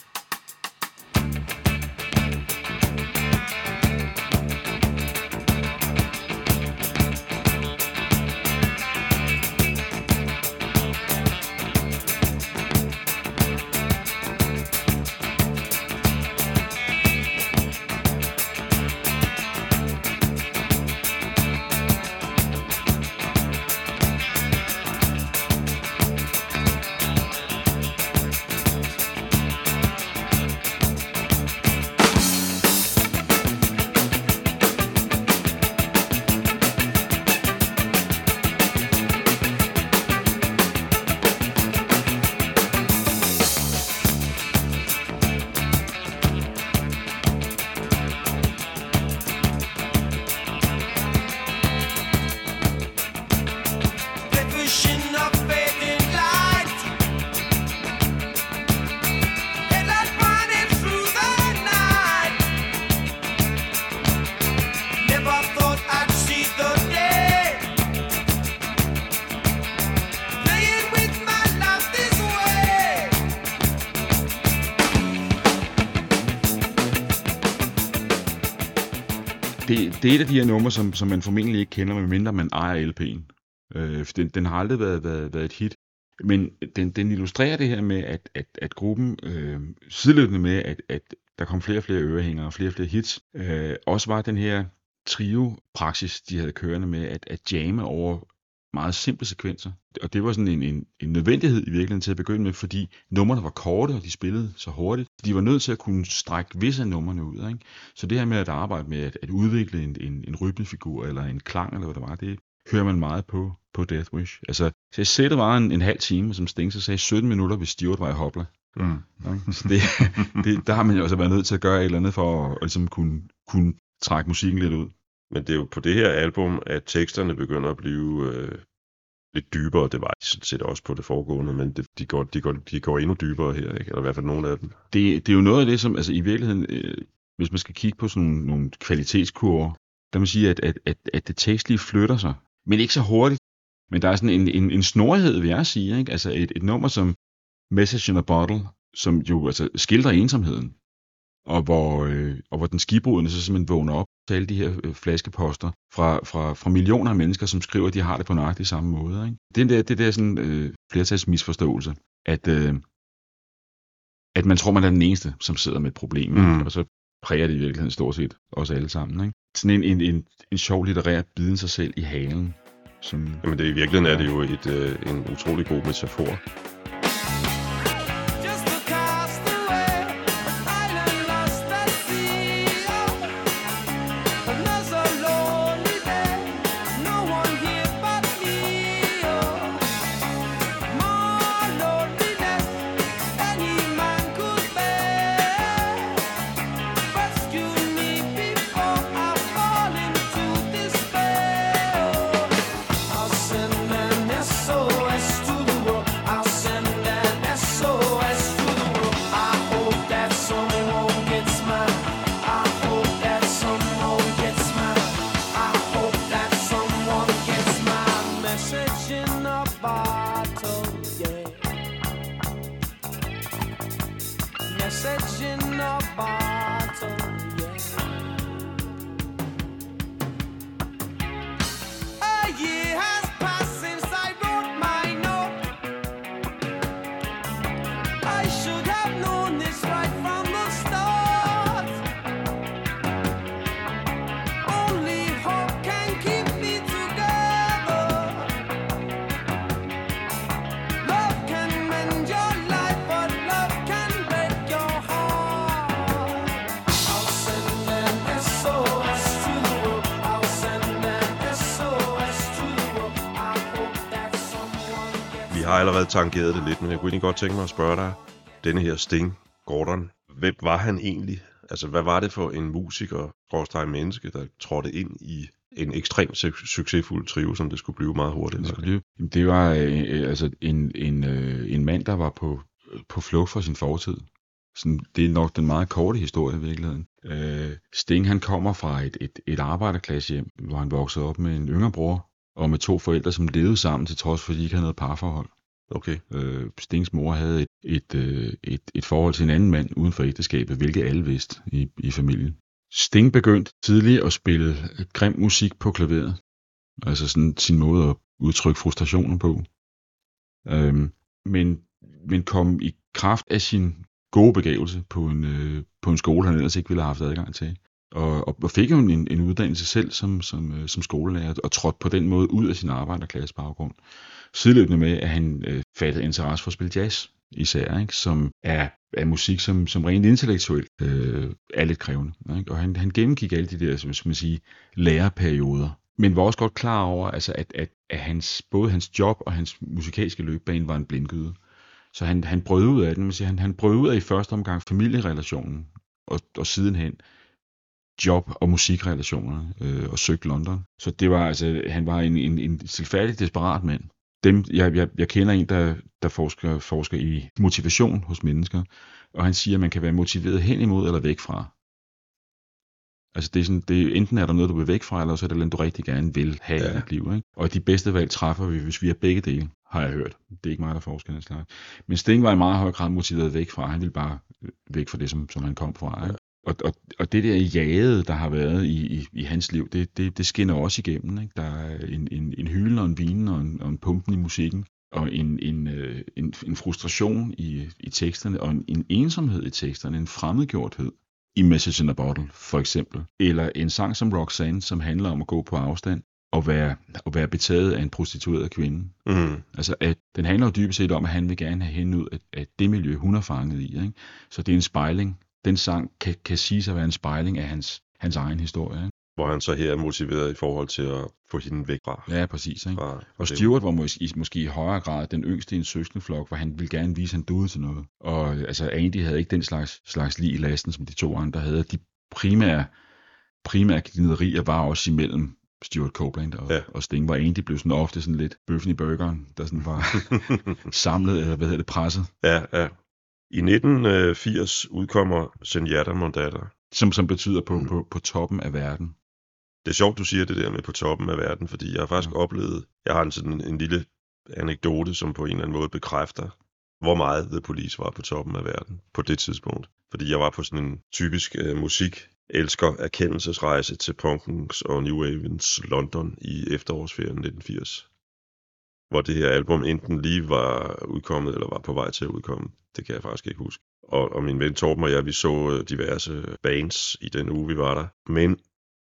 det er et af de her numre, som man formentlig ikke kender, medmindre man ejer LP'en. Den har aldrig været et hit. Men den illustrerer det her med, at gruppen, sideløbende med, at der kom flere og flere ørehængere og flere og flere hits, også var den her trio-praksis, de havde kørende med, at jamme over meget simple sekvenser. Og det var sådan en nødvendighed i virkeligheden til at begynde med, fordi numrene var korte, og de spillede så hurtigt. De var nødt til at kunne strække visse af numrene ud. Ikke? Så det her med at arbejde med at udvikle en rytmefigur, eller en klang, eller hvad det var, det hører man meget på Death Wish. Altså, så sættet var en halv time, som Sting så sagde 17 minutter, hvis Stewart var i hopla. Så der har man jo også været nødt til at gøre et eller andet for at ligesom kunne trække musikken lidt ud. Men det er jo på det her album, at teksterne begynder at blive lidt dybere. Det var sådan set også på det foregående, men de går endnu dybere her, ikke? Eller i hvert fald nogle af dem. Det er jo noget af det, som altså i virkeligheden, hvis man skal kigge på sådan nogle kvalitetskurver, der må sige, at det tekstlige flytter sig, men ikke så hurtigt. Men der er sådan en snorighed, vil jeg sige, ikke? Altså et nummer som Message in a Bottle, som jo altså skildrer ensomheden, og hvor den skibbrudende så simpelthen vågner op til alle de her flaskeposter fra millioner af mennesker, som skriver, at de har det på nøjagtig samme måde. Ikke? Det der sådan flertalsmisforståelse, at man tror, man er den eneste, som sidder med et problem, og så præger det i virkeligheden stort set os alle sammen. Ikke? Sådan en sjov litterær biden sig selv i halen. Jamen det i virkeligheden er det jo en utrolig god metafor. Jeg har allerede tangeret det lidt, men jeg kunne egentlig godt tænke mig at spørge dig, denne her Sting Gordon, hvem var han egentlig? Altså, hvad var det for en musiker, menneske, der trådte ind i en ekstremt succesfuld trio, som det skulle blive meget hurtigt? Det var en mand, der var på flugt fra sin fortid. Sådan, det er nok den meget korte historie i virkeligheden. Sting, han kommer fra et arbejderklasse hjem, hvor han voksede op med en yngre bror, og med 2 forældre, som levede sammen, til trods for, at de ikke havde noget parforhold. Okay. Stings mor havde et forhold til en anden mand uden for ægteskabet, hvilket alle vidste i familien. Sting begyndte tidligt at spille grim musik på klaveret. Altså sådan sin måde at udtrykke frustrationen på. Men kom i kraft af sin gode begævelse på en skole, han ellers ikke ville have haft adgang til. Og fik jo en uddannelse selv som skolelærer, og trådte på den måde ud af sin arbejderklasse baggrund. Sideløbende med, at han fattede interesse for at spille jazz især, ikke? Som er musik, som rent intellektuelt er lidt krævende. Ikke? Og han gennemgik alle de der, som skal man sige, læreperioder. Men var også godt klar over, altså, at både hans job og hans musikalske løbbane var en blindgyde. Så han brød ud af den. Han brød ud af i første omgang familierelationen, og sidenhen job- og musikrelationer, og søgte London. Så det var altså, han var en selvfærdig desperat mand. Jeg kender en, der forsker i motivation hos mennesker, og han siger, at man kan være motiveret hen imod eller væk fra. Altså enten er der noget, du vil væk fra, eller så er det noget, du rigtig gerne vil have i dit liv. Ikke? Og de bedste valg træffer vi, hvis vi har begge dele, har jeg hørt. Det er ikke mig, der forsker den slags. Men Sting var i meget høj grad motiveret væk fra. Han ville bare væk fra det, som han kom fra. Ikke? Og det der jagede, der har været i hans liv, det skinner også igennem. Ikke? Der er en hylen og en vinen og en pumpen i musikken, og en frustration i teksterne, og en ensomhed i teksterne, en fremmedgjorthed i Message in a Bottle, for eksempel. Eller en sang som Roxanne, som handler om at gå på afstand og være betaget af en prostitueret kvinde. Altså, at den handler jo dybest set om, at han vil gerne have hende ud af det miljø, hun er fanget i. Ikke? Så det er en spejling. Den sang kan sige sig at være en spejling af hans egen historie. Ikke? Hvor han så her er motiveret i forhold til at få hende væk fra. Ja, præcis. Ikke? Og Stuart var måske i højere grad den yngste i en søskendeflok, hvor han ville gerne vise, at han duede til noget. Og altså, Andy havde ikke den slags lig i lasten, som de to andre havde. De primære gniderier var også imellem Stuart Copeland og Sting, hvor Andy blev sådan ofte sådan lidt bøffen i burgeren, der sådan var samlet, eller presset. Ja. I 1980 udkommer Zenyatta Mondatta. Som betyder på toppen af verden. Det er sjovt, du siger det der med på toppen af verden, fordi jeg har faktisk oplevet, jeg har sådan en lille anekdote, som på en eller anden måde bekræfter, hvor meget The Police var på toppen af verden på det tidspunkt. Fordi jeg var på sådan en typisk musikelsker erkendelsesrejse til punkens og New Wavens London i efterårsferien 1980. Hvor det her album enten lige var udkommet, eller var på vej til at udkomme. Det kan jeg faktisk ikke huske. Og min ven Torben og jeg, vi så diverse bands i den uge, vi var der. Men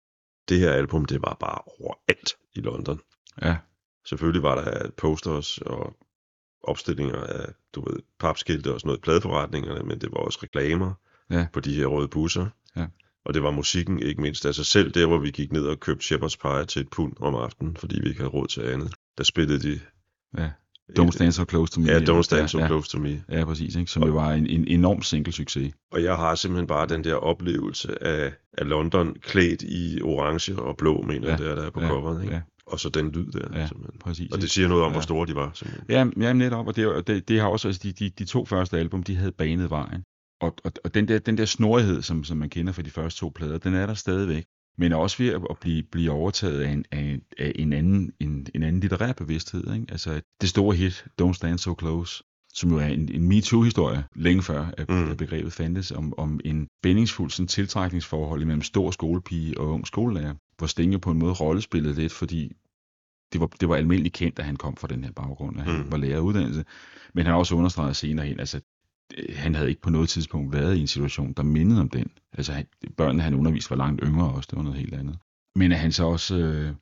det her album, det var bare overalt i London. Ja. Selvfølgelig var der posters og opstillinger af, papskilte og sådan noget, pladeforretningerne, men det var også reklamer på de her røde busser. Ja. Og det var musikken ikke mindst. Altså selv der, hvor vi gik ned og købte Shepherd's Pie til et pund om aftenen, fordi vi ikke havde råd til andet, der spillede de... Ja. Don't Stand So Close To Me. Ja, Don't Stand So Close To Me. Ja, præcis. Ikke? Som jo var en enorm single-succes. Og jeg har simpelthen bare den der oplevelse af London klædt i orange og blå, mener jeg, der er på coveret. Ikke? Ja. Og så den lyd der. Præcis. Og det siger noget om, hvor store de var. Simpelthen. Ja, netop. Og det har også, altså de to første album, de havde banet vejen. Og den der snorighed, som man kender fra de første to plader, den er der stadigvæk. Men også ved at blive overtaget af en anden litterær bevidsthed. Ikke? Altså det store hit, Don't Stand So Close, som jo er en MeToo-historie, længe før at begrebet fandtes, om en spændingsfuld sådan, tiltrækningsforhold mellem stor skolepige og ung skolelærer, hvor Sting på en måde rollespillede lidt, fordi det var almindeligt kendt, at han kom fra den her baggrund, at han var læreruddannelse, men han har også understreget senere hen, altså han havde ikke på noget tidspunkt været i en situation, der mindede om den. Altså børnene, han underviste, var langt yngre også, det var noget helt andet. Men at han så også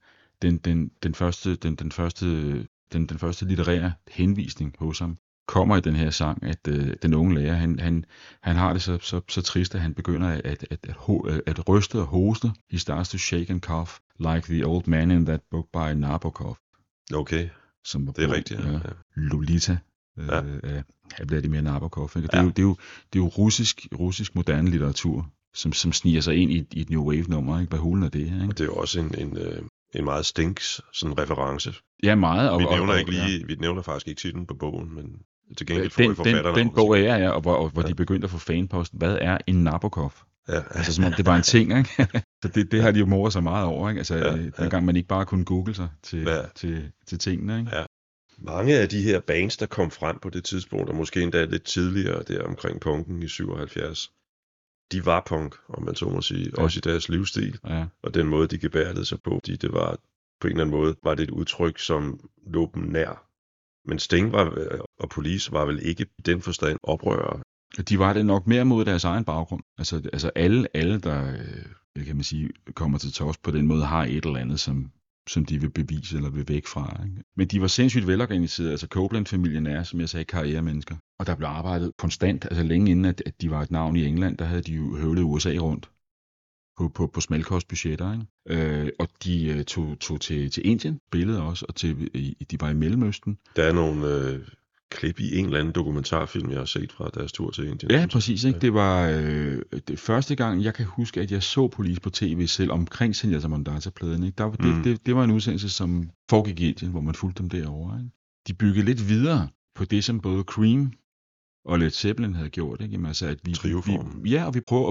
den første litterære henvisning hos ham kommer i den her sang, at den unge lærer, han har det så trist, at han begynder at ryste og hoste. He starts to shake and cough, like the old man in that book by Nabokov. Okay, som det er rigtigt. Ja. Lolita. Af Vladimir Nabokov. Ikke? Det er jo russisk moderne litteratur, som sniger sig ind i et New Wave-nummer. Ikke? Hvad hulen er det? Ikke? Og det er jo også en meget Stinks sådan reference. Ja, meget. Vi nævner faktisk ikke titlen på bogen, men til gengæld får I forfatteren. Den bog er og hvor de begyndte at få fanposten. Hvad er en Nabokov? Ja. Altså som om det var en ting, ikke? Så det har de jo moret sig meget over, ikke? Altså dengang man ikke bare kunne google sig til tingene, ikke? Ja. Mange af de her bands, der kom frem på det tidspunkt, og måske endda lidt tidligere, der omkring punken i 77, de var punk, om man så må sige, også i deres livsstil, og den måde, de gebærdede sig på, fordi det var på en eller anden måde, var det et udtryk, som lå dem nær. Men Sting og Police var vel ikke i den forstand oprørere. De var det nok mere mod deres egen baggrund. Altså alle der, kan man sige, kommer til tops på den måde, har et eller andet, som de vil bevise eller vil væk fra. Ikke? Men de var sindssygt velorganiseret. Altså Copeland-familien er, som jeg sagde, karrieremennesker. Og der blev arbejdet konstant, altså længe inden, at de var et navn i England, der havde de jo høvlet USA rundt på smalkostbudgetter. Ikke? Og de tog til Indien, spillede også, og de var i Mellemøsten. Der er nogle klip i en eller anden dokumentarfilm, jeg har set fra deres tur til Indien. Ja, præcis. Ikke? Det var det første gang, jeg kan huske, at jeg så Police på tv selv omkring Zenyatta Mondatta-pladen. Ikke? Det var en udsendelse, som foregik i Indien, hvor man fulgte dem derovre. Ikke? De byggede lidt videre på det, som både Cream og Led Zeppelin havde gjort. Ikke? Jamen, altså, at vi prøver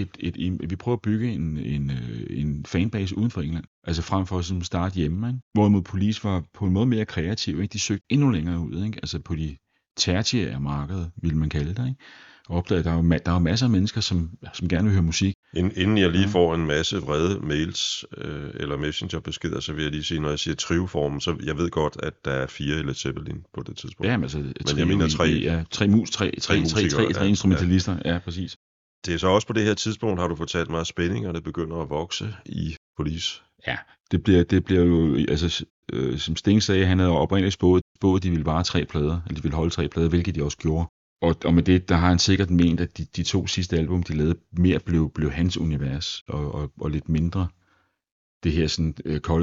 at bygge en fanbase uden for England. Altså frem for at starte hjemme. Ikke? Hvorimod Police var på en måde mere kreativ. Ikke? De søgte endnu længere ud. Ikke? Altså på de tertiære markeder, ville man kalde det. Ikke? opdaget, der er jo masser af mennesker, som gerne vil høre musik. Inden jeg lige får en masse vrede mails eller messengerbeskeder, så vil jeg lige sige, når jeg siger trioformen, så jeg ved godt, at der er 4 i Led Zeppelin på det tidspunkt. Ja, men altså, men jeg mener 3. Ja, 3 instrumentalister, ja, præcis. Det er så også på det her tidspunkt, har du fortalt mig, at spændingerne begynder at vokse i Police. Ja, det bliver jo, altså som Sting sagde, han havde oprindeligt spået, de ville bare 3 plader, eller de ville holde 3 plader, hvilket de også gjorde. Og med det, der har han sikkert ment, at de 2 sidste album, de lavede, mere blev hans univers, og lidt mindre det her sådan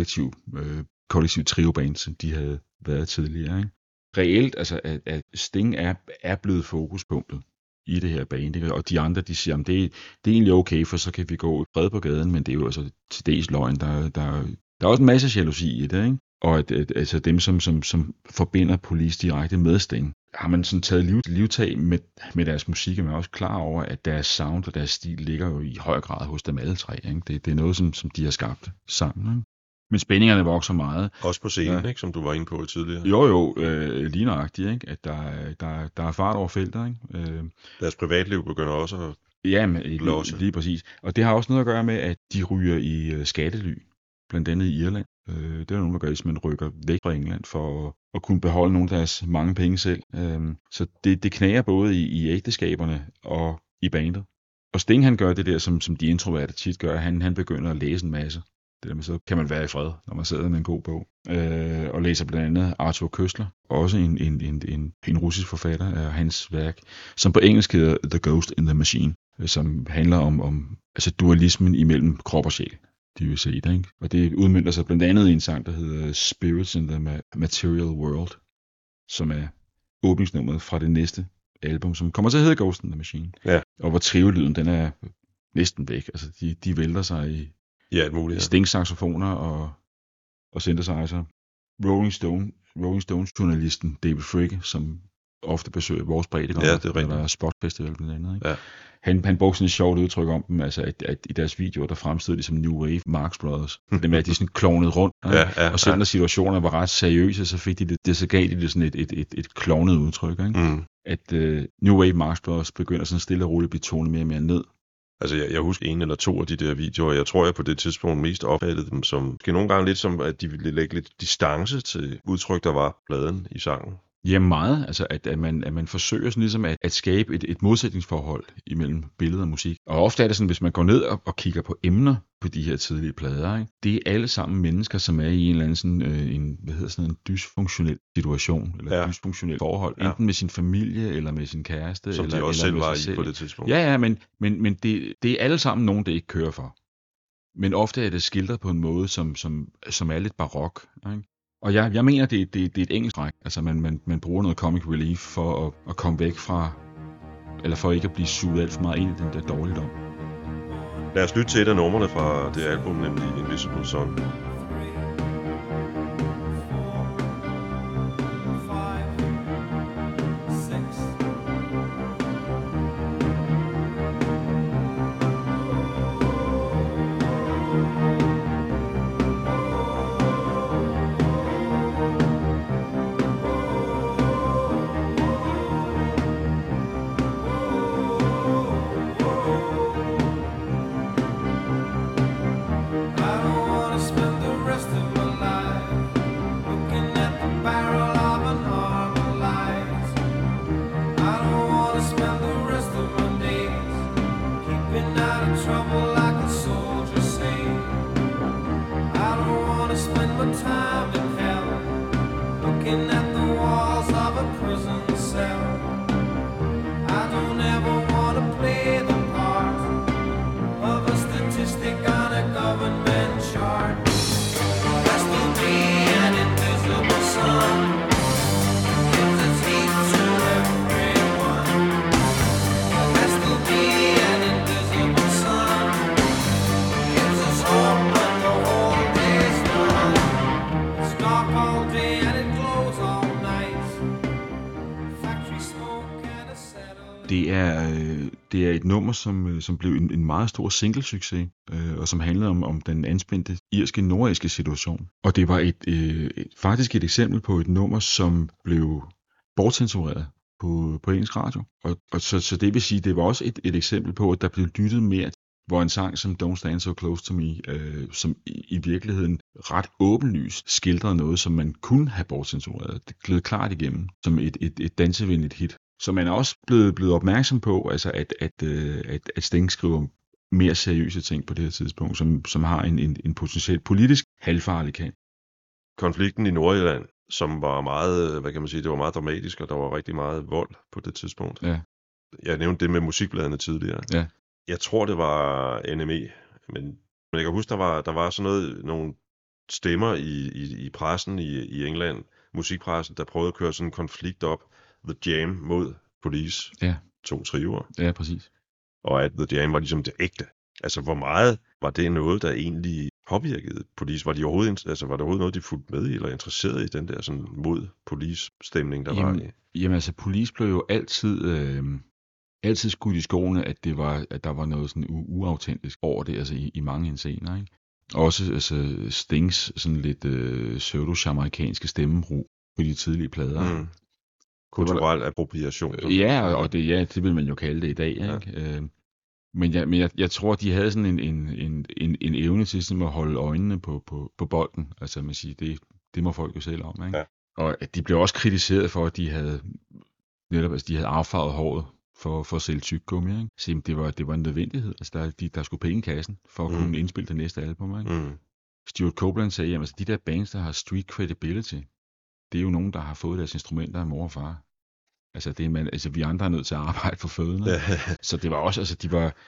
kollektiv trioband, som de havde været tidligere. Ikke? Reelt, altså, at Sting er blevet fokuspunktet i det her band, ikke? Og de andre, de siger, at det er egentlig okay, for så kan vi gå fred på gaden, men det er jo altså til dels løgn. Der er også en masse jalousi i det, ikke? Og at altså dem, som forbinder Police direkte med Sting, har man sådan taget livtag med deres musik, og man er også klar over, at deres sound og deres stil ligger jo i høj grad hos dem alle 3. Ikke? Det er noget, som de har skabt sammen. Ikke? Men spændingerne vokser meget. Også på scenen, ikke, som du var inde på tidligere. Jo, lige nøjagtigt, ikke? At der er fart over feltet. Ikke? Deres privatliv begynder også at lige præcis. Og det har også noget at gøre med, at de ryger i skattely, blandt andet i Irland. Det er noget, der gør, hvis man rykker væk fra England for at kunne beholde nogle af deres mange penge selv. Så det knager både i ægteskaberne og i bandet. Og Sting, han gør det der, som de introverte tit gør. Han begynder at læse en masse. Det der med, så kan man være i fred, når man sidder med en god bog. Og læser blandt andet Arthur Koestler, også en russisk forfatter af hans værk, som på engelsk hedder The Ghost in the Machine, som handler om altså dualismen imellem krop og sjæl. De vil se det, ikke? Og det udmønter sig blandt andet i en sang, der hedder Spirits in the Material World, som er åbningsnummeret fra det næste album, som kommer til at hedde Ghost in the Machine. Ja. Og hvor triollyden, den er næsten væk. Altså, de vælter sig i Sting-saxofoner og synthesizer. Rolling Stones journalisten David Fricke, som ofte besøger vores breddegrader, eller Spot Festival blandt andet. Ikke? Ja. Han brugte sådan et sjovt udtryk om dem, altså at i deres videoer, der fremstod de som New Wave Marx Brothers. Det med, at de sådan klovnede rundt, og selvom situationer var ret seriøse, så fik de det, så gav de det sådan et klovnet udtryk. Ikke? Mm. At New Wave Marx Brothers begynder sådan stille og roligt at blive tonet mere og mere ned. Altså, jeg husker 1 eller 2 af de der videoer, jeg tror, jeg på det tidspunkt mest opfattede dem som, nogle gange lidt som, at de ville lægge lidt distance til udtryk, der var pladen i sangen. Ja, meget. Altså, at man forsøger sådan ligesom at skabe et modsætningsforhold imellem billede og musik. Og ofte er det sådan, hvis man går ned og kigger på emner på de her tidlige plader, ikke? Det er alle sammen mennesker, som er i en eller anden sådan, en dysfunktionel situation, eller dysfunktionel forhold, enten med sin familie, eller med sin kæreste, som eller, de også eller selv var i selv. på det tidspunkt. Ja, men det er alle sammen nogen, der ikke kører for. Men ofte er det skildret på en måde, som er lidt barok, ikke? Og jeg mener, det er et engelsk træk. Altså, man bruger noget comic relief for at komme væk fra, eller for ikke at blive suget alt for meget ind i den der dårligdom. Lad os lytte til et af numrene fra det album, nemlig Invisible Sun. Det er et nummer, som blev en meget stor singlesucces, og som handlede om den anspændte irske-nordiske situation. Og det var faktisk et eksempel på et nummer, som blev bortcensureret på engelsk radio. Og så det vil sige, det var også et eksempel på, at der blev lyttet mere, hvor en sang som Don't Stand So Close To Me, som i virkeligheden ret åbenlyst skildrede noget, som man kunne have bortcensureret. Det gled klart igennem som et dansevenligt hit. Så man er også blevet opmærksom på, altså at Sting skriver mere seriøse ting på det her tidspunkt, som har en potentielt politisk halvfarlig kant. Konflikten i Nordjylland, som var meget, hvad kan man sige, det var meget dramatisk, og der var rigtig meget vold på det tidspunkt. Ja. Jeg nævnte det med musikbladene tidligere. Ja. Jeg tror, det var NME, men jeg kan huske, der var sådan nogle stemmer i pressen i England, musikpressen, der prøvede at køre sådan en konflikt op, The Jam mod Police. Ja. 2 trioer. Ja, præcis. Og at The Jam var ligesom det ægte. Altså, hvor meget var det noget, der egentlig påvirkede Police? Var det overhovedet noget, de fulgte med i, eller interesseret i den der sådan mod Police-stemning, der var i? Jamen altså, Police blev jo altid skudt i skoene, at der var noget sådan uautentisk over det, altså i mange henseender, ikke? Også altså Stings sådan lidt pseudo-jamaikanske stemmebrug på de tidlige plader. Kulturel appropriation. Ja, og det vil man jo kalde det i dag, ikke? Men jeg tror, de havde sådan en evne til sådan at holde øjnene på bolden. Altså man siger, det må folk jo selv om, ikke? Ja. Og de blev også kritiseret for, at de havde affarvet håret for at sælge tyggegummi, ikke? Så det var en nødvendighed. Altså der skulle penge i kassen for at kunne indspille det næste album, ikke? Stuart Copeland sagde, at altså, de der bands, der har street credibility, det er jo nogen, der har fået deres instrumenter af mor og far. Altså vi andre er nødt til at arbejde for føden. Så det var også, altså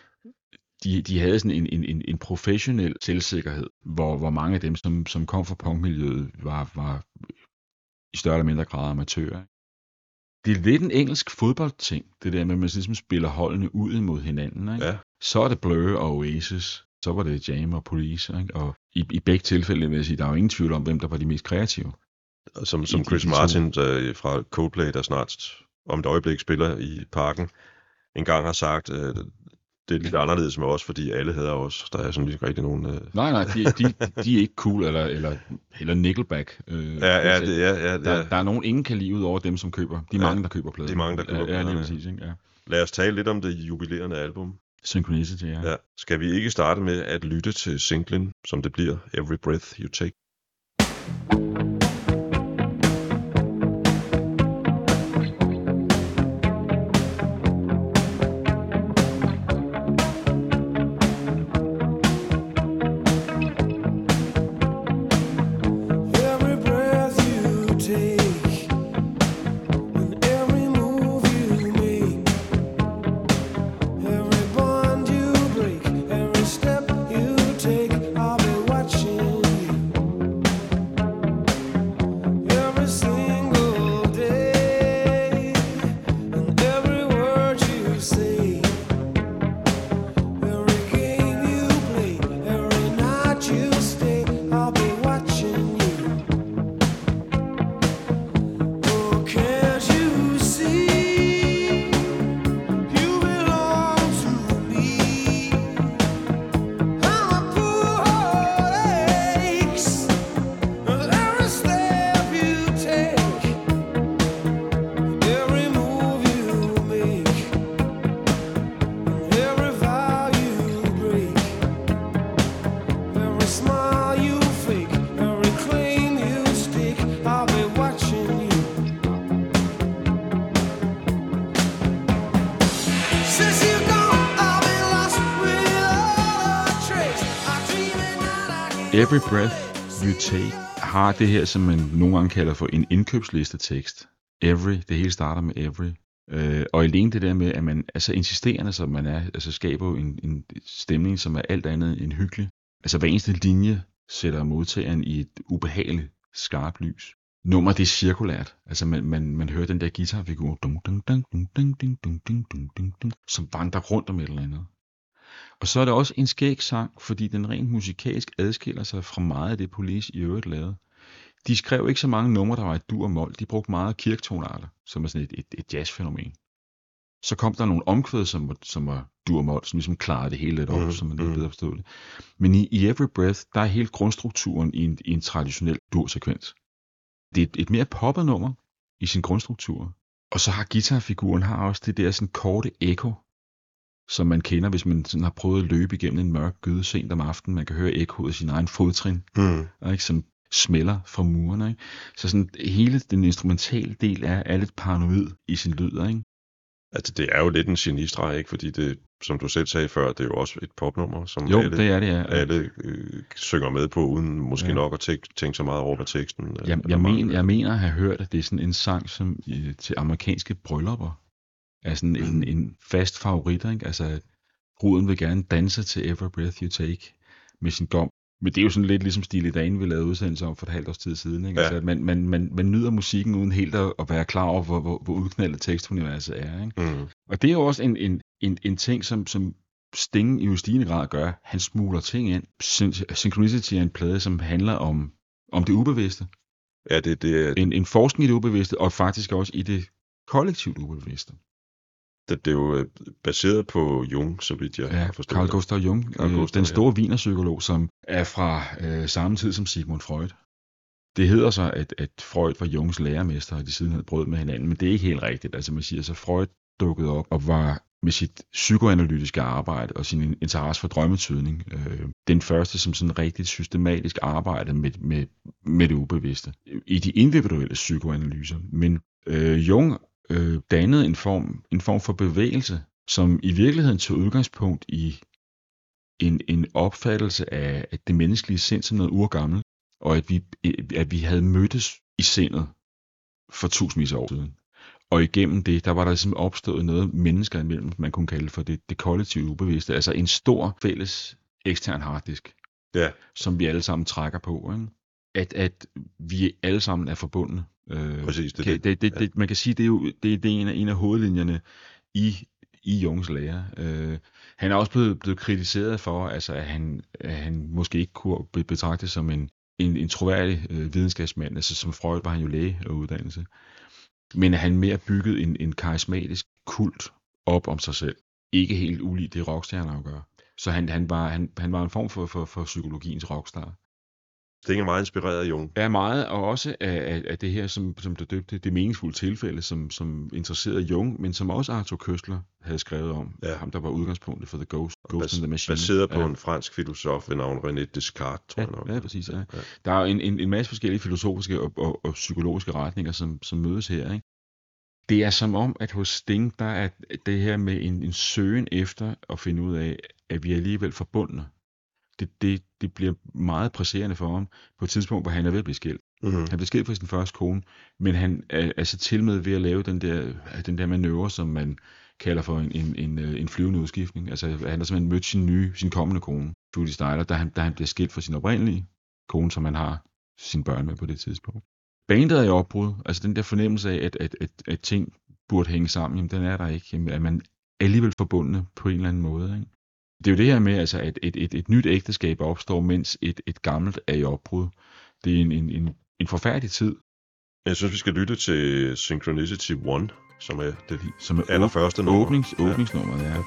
de havde sådan en professionel selvsikkerhed, hvor mange af dem, som kom fra punkmiljøet, var i større eller mindre grad amatører. Det er lidt en engelsk fodboldting, det der med, at man ligesom spiller holdene ud imod hinanden, ikke? Ja. Så er det Blur og Oasis, så var det Jam og Police, ikke? Og i begge tilfælde vil jeg sige, der er jo ingen tvivl om, hvem der var de mest kreative. Som Chris Martin fra Coldplay, der snart om et øjeblik spiller i Parken, engang har sagt, det er lidt anderledes med os, fordi alle hader os. Der er sådan ikke rigtig nogen... Nej, de er ikke cool, eller Nickelback. Der er nogen, ingen kan lide ud over dem, som køber. De mange, der køber plader. De mange, der køber plader. Ja, præcis, ikke? Ja. Lad os tale lidt om det jubilerende album. Synchronicity, ja. Skal vi ikke starte med at lytte til singlen, som det bliver, Every Breath You Take? Every Breath You Take har det her, som man nogle gange kalder for en indkøbslistetekst. Every, det hele starter med every. Og alene det der med, at man altså insisterende, som man er, altså skaber jo en stemning, som er alt andet end hyggelig. Altså hver eneste linje sætter modtageren i et ubehageligt skarpt lys. Nummer, det er cirkulært. Altså man hører den der guitarfigur, som vandrer rundt om et eller andet. Og så er det også en skæg sang, fordi den rent musikalsk adskiller sig fra meget af det Police i øvrigt lavede. De skrev ikke så mange numre, der var i dur og mol. De brugte meget kirketonarter, som er sådan et jazzfænomen. Så kom der nogle omkvæd, som var dur og mol, som ligesom klarede det hele lidt op, så man lidt bedre forstod det. Men i Every Breath, der er hele grundstrukturen i en traditionel dur-sekvens. Det er et mere poppet nummer i sin grundstruktur. Og så har guitarfiguren også det der sådan korte ekko, som man kender, hvis man sådan har prøvet at løbe igennem en mørk gyde sent om aftenen. Man kan høre ekkoet af sin egen fodtrin, ikke, som smælder fra murene. Ikke? Så sådan hele den instrumentale del er lidt paranoid i sin lyd. Ikke? Altså, det er jo lidt en genistreg, ikke? Fordi det, som du selv sagde før, det er jo også et popnummer, som jo, det er det, ja. alle synger med på, uden måske nok at tænke så meget over på teksten. Jeg mener at have hørt, at det er sådan en sang som til amerikanske bryllupper. Er sådan en fast favorit, ikke? Altså, bruden vil gerne danse til Every Breath You Take med sin gom. Men det er jo sådan lidt ligesom Steely Dan, vi lavede udsendelse om for et halvt års tid siden. Ikke? Ja. Altså, man nyder musikken uden helt at være klar over, hvor udknaldet tekstuniverset er. Ikke? Og det er jo også en ting, som Sting i jo stigende grad gør. Han smugler ting ind. Synchronicity er en plade, som handler om det ubevidste. Ja, det er en forskning i det ubevidste, og faktisk også i det kollektivt ubevidste. Det er jo baseret på Jung, så vidt jeg har forstået. Carl Gustav Jung, den store wienerpsykolog, som er fra samme tid som Sigmund Freud. Det hedder så, at Freud var Jungs lærermester, og de siden havde brød med hinanden, men det er ikke helt rigtigt. Altså man siger, så Freud dukkede op og var med sit psykoanalytiske arbejde og sin interesse for drømmetydning den første, som sådan rigtig systematisk arbejdede med det ubevidste i de individuelle psykoanalyser. Men Jung dannede en form for bevægelse, som i virkeligheden tog udgangspunkt i en opfattelse af det menneskelige sind som noget urgammelt, og at vi havde mødtes i sindet for tusindvis af år siden. Og igennem det, der var der simpelthen opstået noget mennesker imellem, man kunne kalde for det kollektive ubevidste, altså en stor fælles ekstern harddisk, som vi alle sammen trækker på, ikke? At vi alle sammen er forbundne. Præcis, man kan sige, det er en af hovedlinjerne i Jungs lære. Han er også blevet kritiseret for, altså, at han måske ikke kunne betragtes som en troværdig videnskabsmand. Altså, som Freud var han jo læge og uddannelse. Men han mere bygget en karismatisk kult op om sig selv. Ikke helt ulig det rockstjerner gør. Så han var en form for psykologiens rockstar. Det er meget inspireret af Jung. Ja, meget, og også af det her, som det døbte, det meningsfulde tilfælde, som interesserede Jung, men som også Arthur Koestler havde skrevet om. Ja. Ham, der var udgangspunktet for The Ghost and the Machine. Baseret på en fransk filosof ved navn René Descartes, tror jeg nok. Ja, præcis. Ja. Der er en masse forskellige filosofiske og psykologiske retninger, som mødes her. Ikke? Det er som om, at hos Sting, der er det her med en søgen efter at finde ud af, at vi er alligevel forbundne. Det bliver meget presserende for ham på et tidspunkt, hvor han er ved at blive skilt. Han bliver skilt fra sin første kone, men han er altså til med ved at lave den der manøvre, som man kalder for en flyvende udskiftning. Altså han har simpelthen mødt sin kommende kone, Judy Styler, da han bliver skilt fra sin oprindelige kone, som han har sine børn med på det tidspunkt. Bandet er i opbrud, altså den der fornemmelse af, at ting burde hænge sammen, jamen, den er der ikke. Jamen, at man alligevel forbundne på en eller anden måde, ikke? Det er jo det her med, altså, at et nyt ægteskab opstår, mens et gammelt er i opbrud. Det er en forfærdelig tid. Jeg synes, vi skal lytte til Synchronicity 1, som er det allerførste nummer. Åbningsnummeret, ja.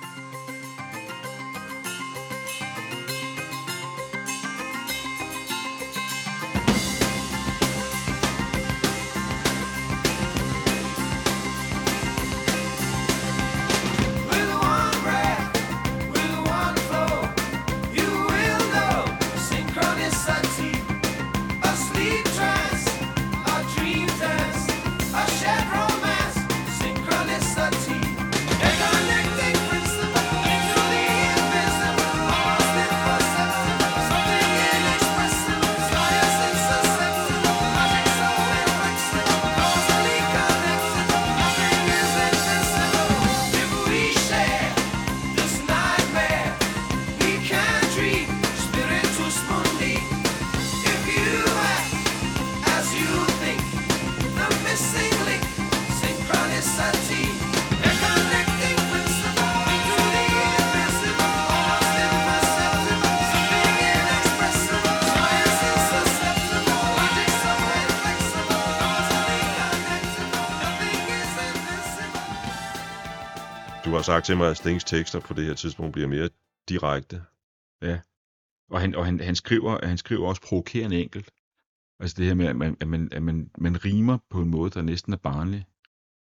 Du har sagt til mig, at Stings tekster på det her tidspunkt bliver mere direkte. Ja, og han skriver også provokerende enkelt. Altså det her med, at man rimer på en måde, der næsten er barnlig.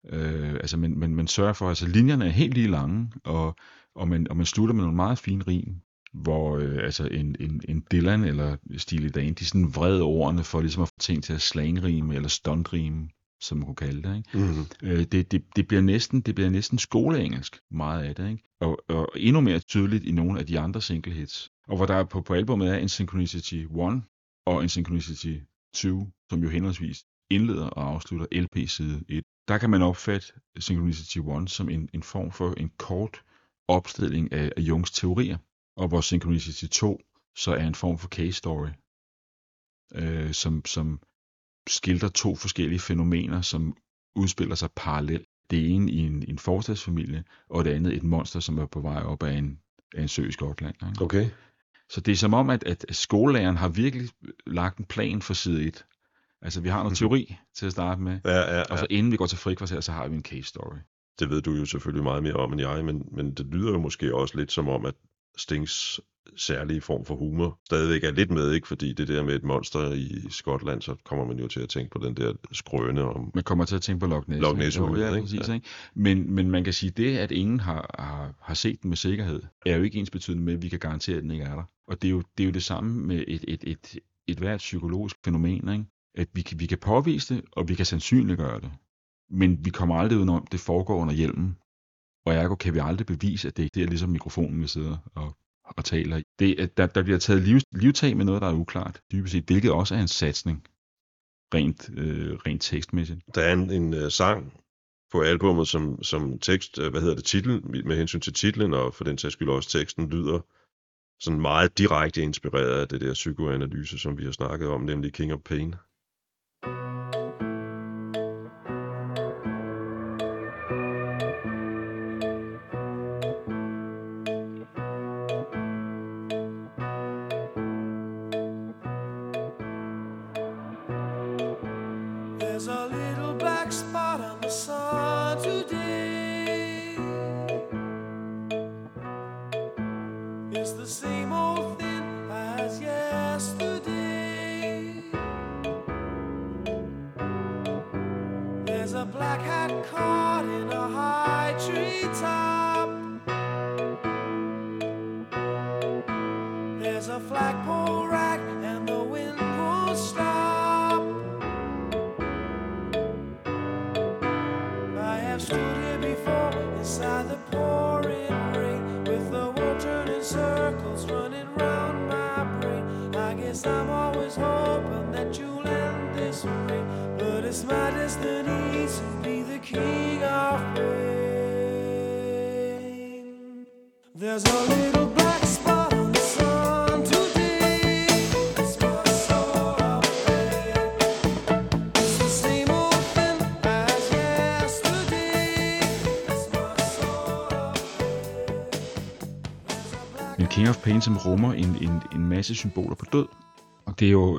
Altså man sørger for, altså linjerne er helt lige lange, og man slutter med nogle meget fine rim, hvor altså en Dylan eller Steely Dan, de sådan vrede ordene for ligesom at få ting til at slangrime eller stuntrime, som man kunne kalde det. Ikke? Mm-hmm. Det bliver næsten skoleengelsk, meget af det. Ikke? Og endnu mere tydeligt i nogle af de andre single hits. Og hvor der på albumet er en Synchronicity 1 og en Synchronicity 2, som jo henholdsvis indleder og afslutter LP-side 1. Der kan man opfatte Synchronicity 1 som en form for en kort opstilling af Jungs teorier, og hvor Synchronicity 2 så er en form for case story, som skildrer to forskellige fænomener, som udspiller sig parallelt. Det ene i en forstadsfamilie, og det andet et monster, som er på vej op af en sø i Skotland. Ikke? Okay. Så det er som om, at skolelæreren har virkelig lagt en plan for side 1. Altså, vi har noget teori til at starte med, og så inden vi går til frikvarter, så har vi en case story. Det ved du jo selvfølgelig meget mere om end jeg, men det lyder jo måske også lidt som om, at Stings særlige form for humor stadigvæk er lidt med, ikke? Fordi det der med et monster i Skotland, så kommer man jo til at tænke på den der skrøne om... Man kommer til at tænke på Loch Ness. Loch Ness, ja, præcis, ikke? Men man kan sige, det, at ingen har set den med sikkerhed, er jo ikke ens betydende med, at vi kan garantere, at den ikke er der. Og det er jo det samme med et hvert psykologisk fænomen, ikke? At vi kan påvise det, og vi kan sandsynliggøre det. Men vi kommer aldrig udenom, det foregår under hjelmen. Og ergo kan vi aldrig bevise, at det er ligesom mikrofonen, vi sidder og taler i. Der bliver taget livtag med noget, der er uklart, dybest set, hvilket også er en satsning, rent tekstmæssigt. Der er en sang på albumet, som tekst, titel, med hensyn til titlen, og for den sags skyld også teksten, lyder sådan meget direkte inspireret af det der psykoanalyse, som vi har snakket om, nemlig King of Pain. There's a little black spot on the sun today. It's the same old thing as yesterday. There's a black hat caught in a high tree top. There's a flagpole rack and the wind won't stop. I have stood here before inside the pouring rain, with the world turning circles running round my brain. I guess I'm always hoping that you'll end this way, but it's my destiny to be the king of pain. There's a little black spot on the sun today. It's my soul of pain. It's the same old thing as yesterday. It's my soul of pain. Men King of Pain, som rummer en masse symboler på død. Og det er jo,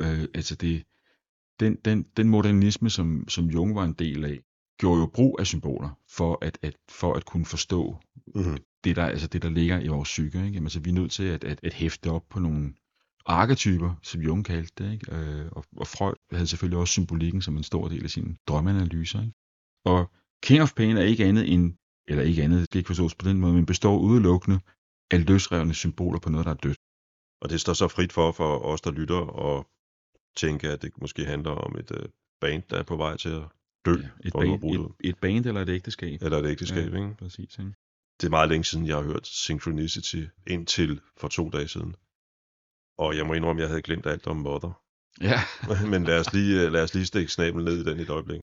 den modernisme, som Jung var en del af, gjorde jo brug af symboler for at kunne forstå det, der ligger i vores psyke. Ikke? Altså, vi er nødt til at hæfte op på nogle arketyper, som Jung kaldte det. Ikke? Og Freud havde selvfølgelig også symbolikken som en stor del af sine drømmeanalyser. Ikke? Og King of Pain er ikke andet, det skal ikke forstås på den måde, men består udelukkende af løsrevne symboler på noget, der er dødt. Og det står så frit for os, der lytter, og tænke, at det måske handler om et band, der er på vej til at dø. Ja, et band eller et ægteskab. Eller et ægteskab, ja, ikke? Præcis, ikke? Det er meget længe siden, jeg har hørt Synchronicity indtil for 2 dage siden. Og jeg må indrømme, at jeg havde glemt alt om Mother. Ja. Men lad os lige stikke snablen ned i den et øjeblik.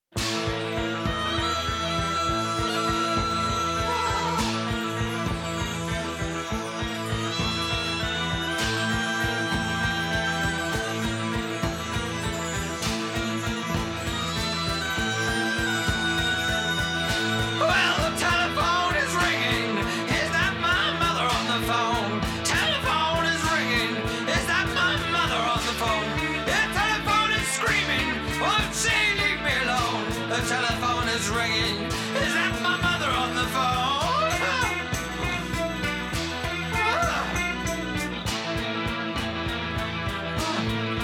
Well, the telephone is ringing. Is that my mother on the phone? Telephone is ringing. Is that my mother on the phone? The telephone is screaming. Won't she leave me alone? The telephone is ringing. Is that my mother on the phone?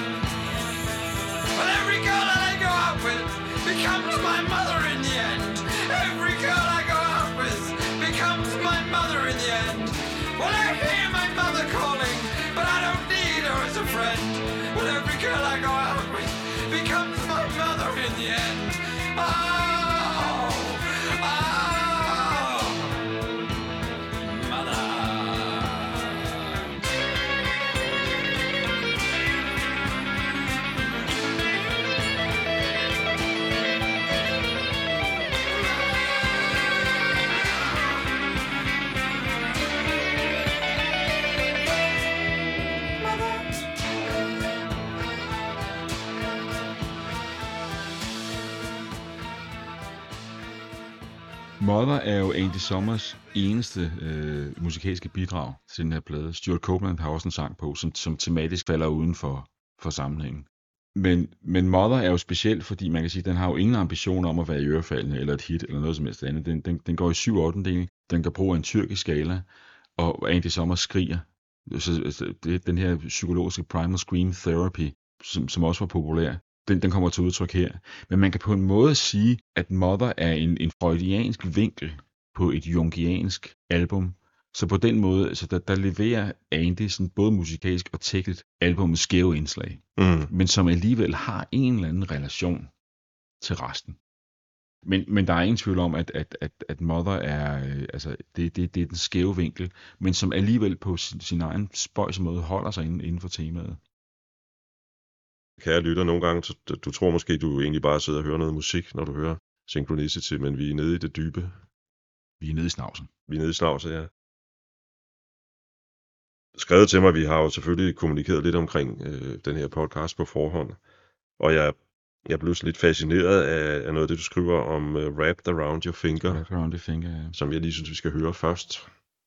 Well, every girl that I go out with becomes my mother in the end. Mother er jo Andy Summers eneste musikalske bidrag til den her plade. Stuart Copeland har også en sang på, som tematisk falder uden for sammenhængen. Men Mother er jo speciel, fordi man kan sige, at den har jo ingen ambition om at være iørefaldende eller et hit eller noget som helst andet. Den går i 7/8. Den kan bruge en tyrkisk skala, og Andy Summers skriger. Så det er den her psykologiske primal scream therapy, som også var populær. Den kommer til udtryk her. Men man kan på en måde sige, at Mother er en freudiansk vinkel på et jungiansk album. Så på den måde, så der leverer Andy sådan både musikalsk og teknisk albumets skæve indslag, men som alligevel har en eller anden relation til resten. Men der er ingen tvivl om, at Mother er, det er den skæve vinkel, men som alligevel på sin egen spøjs måde holder sig inden for temaet. Kære lytter, nogle gange, du tror måske, du egentlig bare sidder og hører noget musik, når du hører Synchronicity, men vi er nede i det dybe. Vi er nede i snavsen. Vi er nede i snavset, ja. Skrevet til mig, vi har jo selvfølgelig kommunikeret lidt omkring den her podcast på forhånd, og jeg blev lidt fascineret af noget af det, du skriver om Wrapped Around Your Finger, Wrapped Around Your Finger, ja. Som jeg lige synes, vi skal høre først.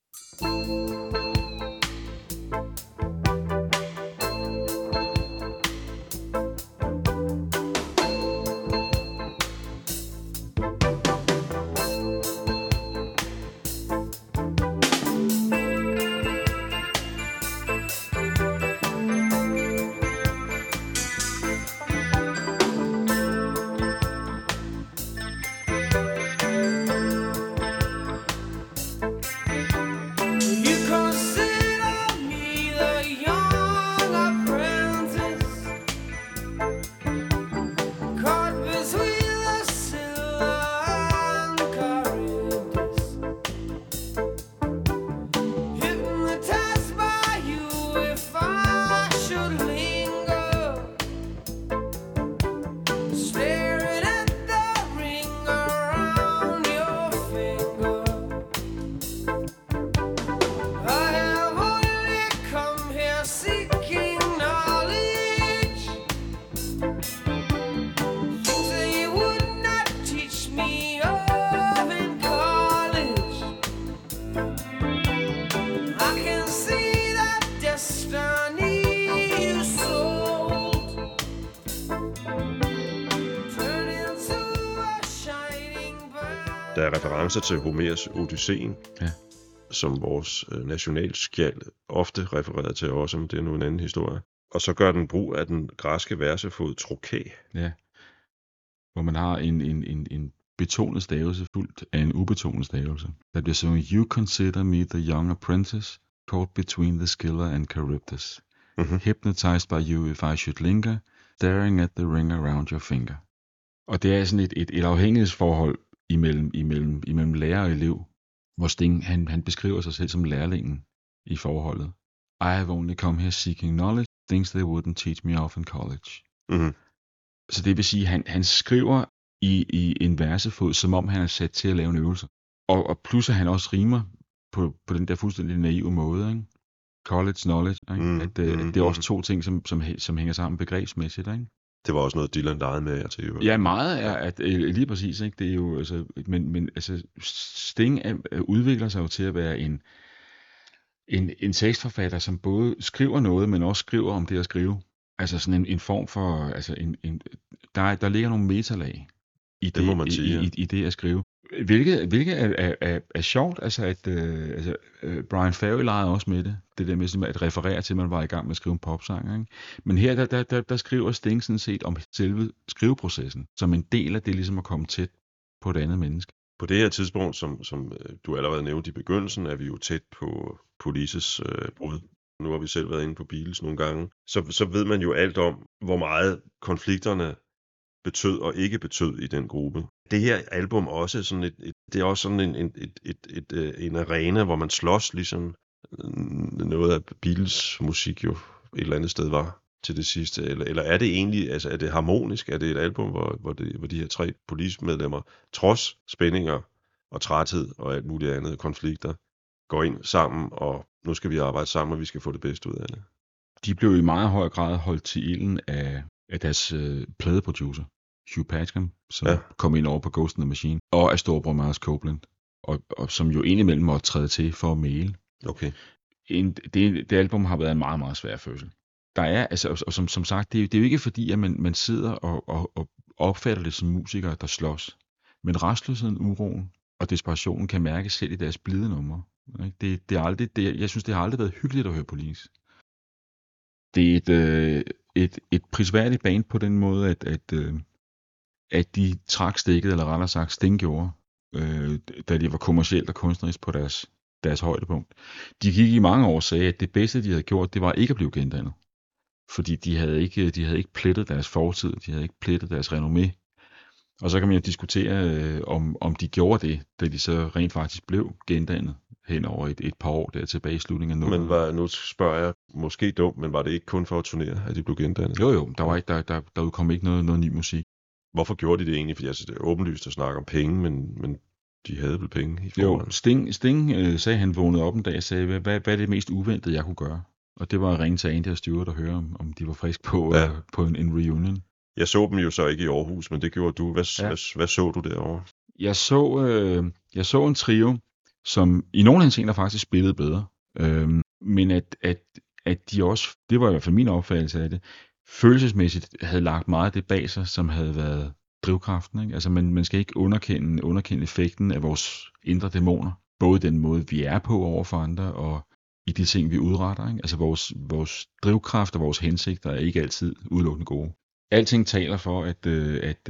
Der er referencer til Homers Odysseen, ja, som vores nationalskjald ofte refererer til også, men det er nu en anden historie. Og så gør den brug af den græske versefod trokæ. Ja, hvor man har en betonet stavelse fuldt af en ubetonet stavelse. Der bliver sunget, You consider me the young apprentice, caught between the Scylla and Charybdis. Hypnotized by you if I should linger, staring at the ring around your finger. Og det er sådan et afhængighedsforhold imellem lærer og elev, hvor Sting han beskriver sig selv som lærlingen i forholdet. I have only come here seeking knowledge, things they wouldn't teach me off in college. Så det vil sige, at han skriver i en versefod, som om han er sat til at lave en øvelse. Og plus at han også rimer på den der fuldstændig naive måde, ikke? College knowledge, ikke? At det er også to ting, som hænger sammen begrebsmæssigt, ikke? Det var også noget, Dylan legede med til. Ja, meget er at lige præcis, ikke? Det er jo altså, men altså Sting udvikler sig jo til at være en tekstforfatter, som både skriver noget, men også skriver om det at skrive. Altså sådan en form for, altså der ligger nogle metalag i det, må man sige, i det at skrive. Hvilket er sjovt, altså at Brian Ferry legede også med det der med at referere til, at man var i gang med at skrive en popsang, ikke? Men her, der skriver Sting sådan set om selve skriveprocessen, som en del af det ligesom at komme tæt på et andet menneske. På det her tidspunkt, som du allerede nævnte i begyndelsen, er vi jo tæt på Polices brud. Nu har vi selv været inde på Beatles nogle gange. Så ved man jo alt om, hvor meget konflikterne betød og ikke betød i den gruppe. Det her album også sådan det er også sådan en arena, hvor man slås, ligesom noget af Beatles musik jo et eller andet sted var til det sidste. Eller er det egentlig, altså er det harmonisk? Er det et album, hvor de her 3 Police-medlemmer, trods spændinger og træthed og alt muligt andet konflikter, går ind sammen, og nu skal vi arbejde sammen, og vi skal få det bedste ud af det? De blev i meget høj grad holdt til ilden af deres pladeproducer, Hugh Padgham, som kom ind over på Ghost in the Machine, og af storebror Miles Copeland. og som jo indimellem måtte træde til for at male. Okay. Det album har været en meget, meget svær fødsel. Der er, altså, og som sagt, det er jo ikke fordi, at man sidder og opfatter det som musikere, der slås. Men rastløsheden, uroen og desperationen kan mærkes selv i deres blide numre. Jeg synes, det har aldrig været hyggeligt at høre Police. Det er et prisværdigt band på den måde, at de trak stikket, eller rettere sagt stengjorde, da de var kommercielt og kunstnerisk på deres højdepunkt. De gik i mange år og sagde, at det bedste, de havde gjort, det var ikke at blive gendannet. Fordi de havde ikke plettet deres fortid, de havde ikke plettet deres renommé. Og så kan man jo diskutere, om de gjorde det, da de så rent faktisk blev gendannet hen over et par år der tilbage i slutningen af 00'erne. Men nu spørger jeg måske dumt, men var det ikke kun for at turnere, at de blev gendannet? Jo, der udkom ikke noget ny musik. Hvorfor gjorde de det egentlig? Fordi altså, det er åbenlyst at snakke om penge, men de havde vel penge i forvejen. Jo, Sting sagde, han vågnede op en dag og sagde, hvad er det mest uventede, jeg kunne gøre? Og det var at ringe til Andy og Stuart og høre, om de var friske på en reunion. Jeg så dem jo så ikke i Aarhus, men det gjorde du. Hvad så du derovre? Jeg så en trio, som i nogle henseender faktisk spillede bedre. Men at de også, det var i hvert fald min opfattelse af det, følelsesmæssigt havde lagt meget af det bag sig, som havde været drivkraften. Ikke? Altså man skal ikke underkende effekten af vores indre dæmoner. Både den måde, vi er på over for andre, og i de ting, vi udretter. Ikke? Altså vores drivkraft og vores hensigter er ikke altid udelukkende gode. Alting taler for, at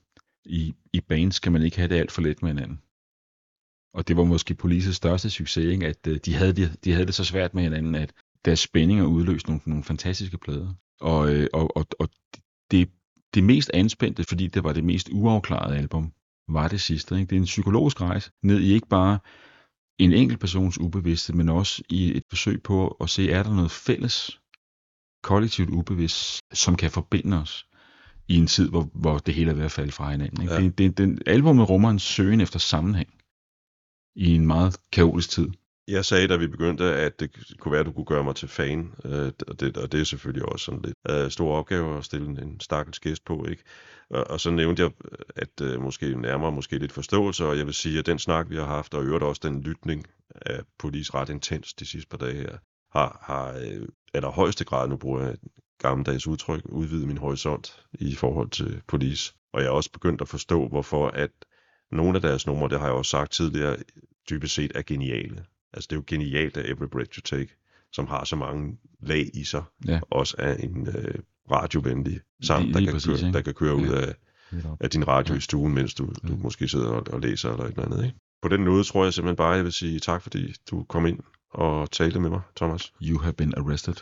i bands kan man ikke have det alt for let med hinanden. Og det var måske Polices største succes, ikke? At de havde det så svært med hinanden, at deres spændinger udløste nogle fantastiske plader. Og det mest anspændte, fordi det var det mest uafklarede album, var det sidste. Ikke? Det er en psykologisk rejse ned i ikke bare en enkelt persons ubevidste, men også i et forsøg på at se, er der noget fælles, kollektivt ubevidst, som kan forbinde os i en tid, hvor det hele er ved at falde fra hinanden. Ikke? Ja. Albumet rummer en søgen efter sammenhæng i en meget kaotisk tid. Jeg sagde, da vi begyndte, at det kunne være, at du kunne gøre mig til fan, og det er selvfølgelig også sådan lidt stor opgave at stille en stakkels gæst på, ikke? Og så nævnte jeg, at måske lidt forståelse, og jeg vil sige, at den snak, vi har haft, og øvrigt også den lytning af Police ret intens de sidste par dage her, har allerhøjeste grad, nu bruger jeg et gammeldags udtryk, udvidet min horisont i forhold til Police. Og jeg er også begyndt at forstå, hvorfor at nogle af deres numre, det har jeg også sagt tidligere, dybest set er geniale. Altså det er jo genialt af Every Breath You Take, som har så mange lag i sig, også af en radiovenlig sang, der kan køre ud af din radio i stuen, mens du måske sidder og læser eller et eller andet. Ikke? På den måde tror jeg simpelthen bare, jeg vil sige tak, fordi du kom ind og talte med mig, Thomas. You have been arrested.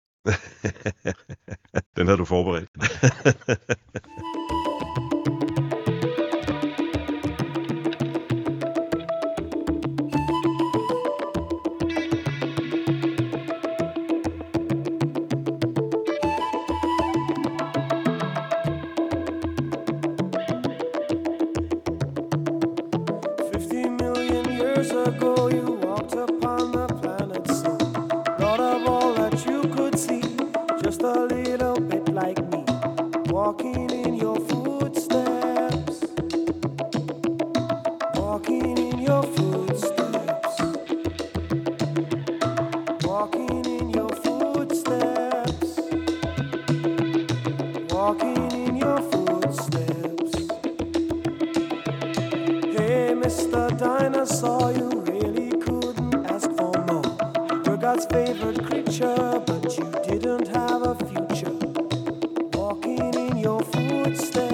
Den havde du forberedt. ago you walked upon the planet soon. Thought of all that you could see, just a little bit like me, walking in your footsteps, walking in your footsteps, walking in your footsteps, walking in your footsteps. Hey, Mr. Dinosaur, you really couldn't ask for more. You're God's favorite creature, but you didn't have a future. Walking in your footsteps.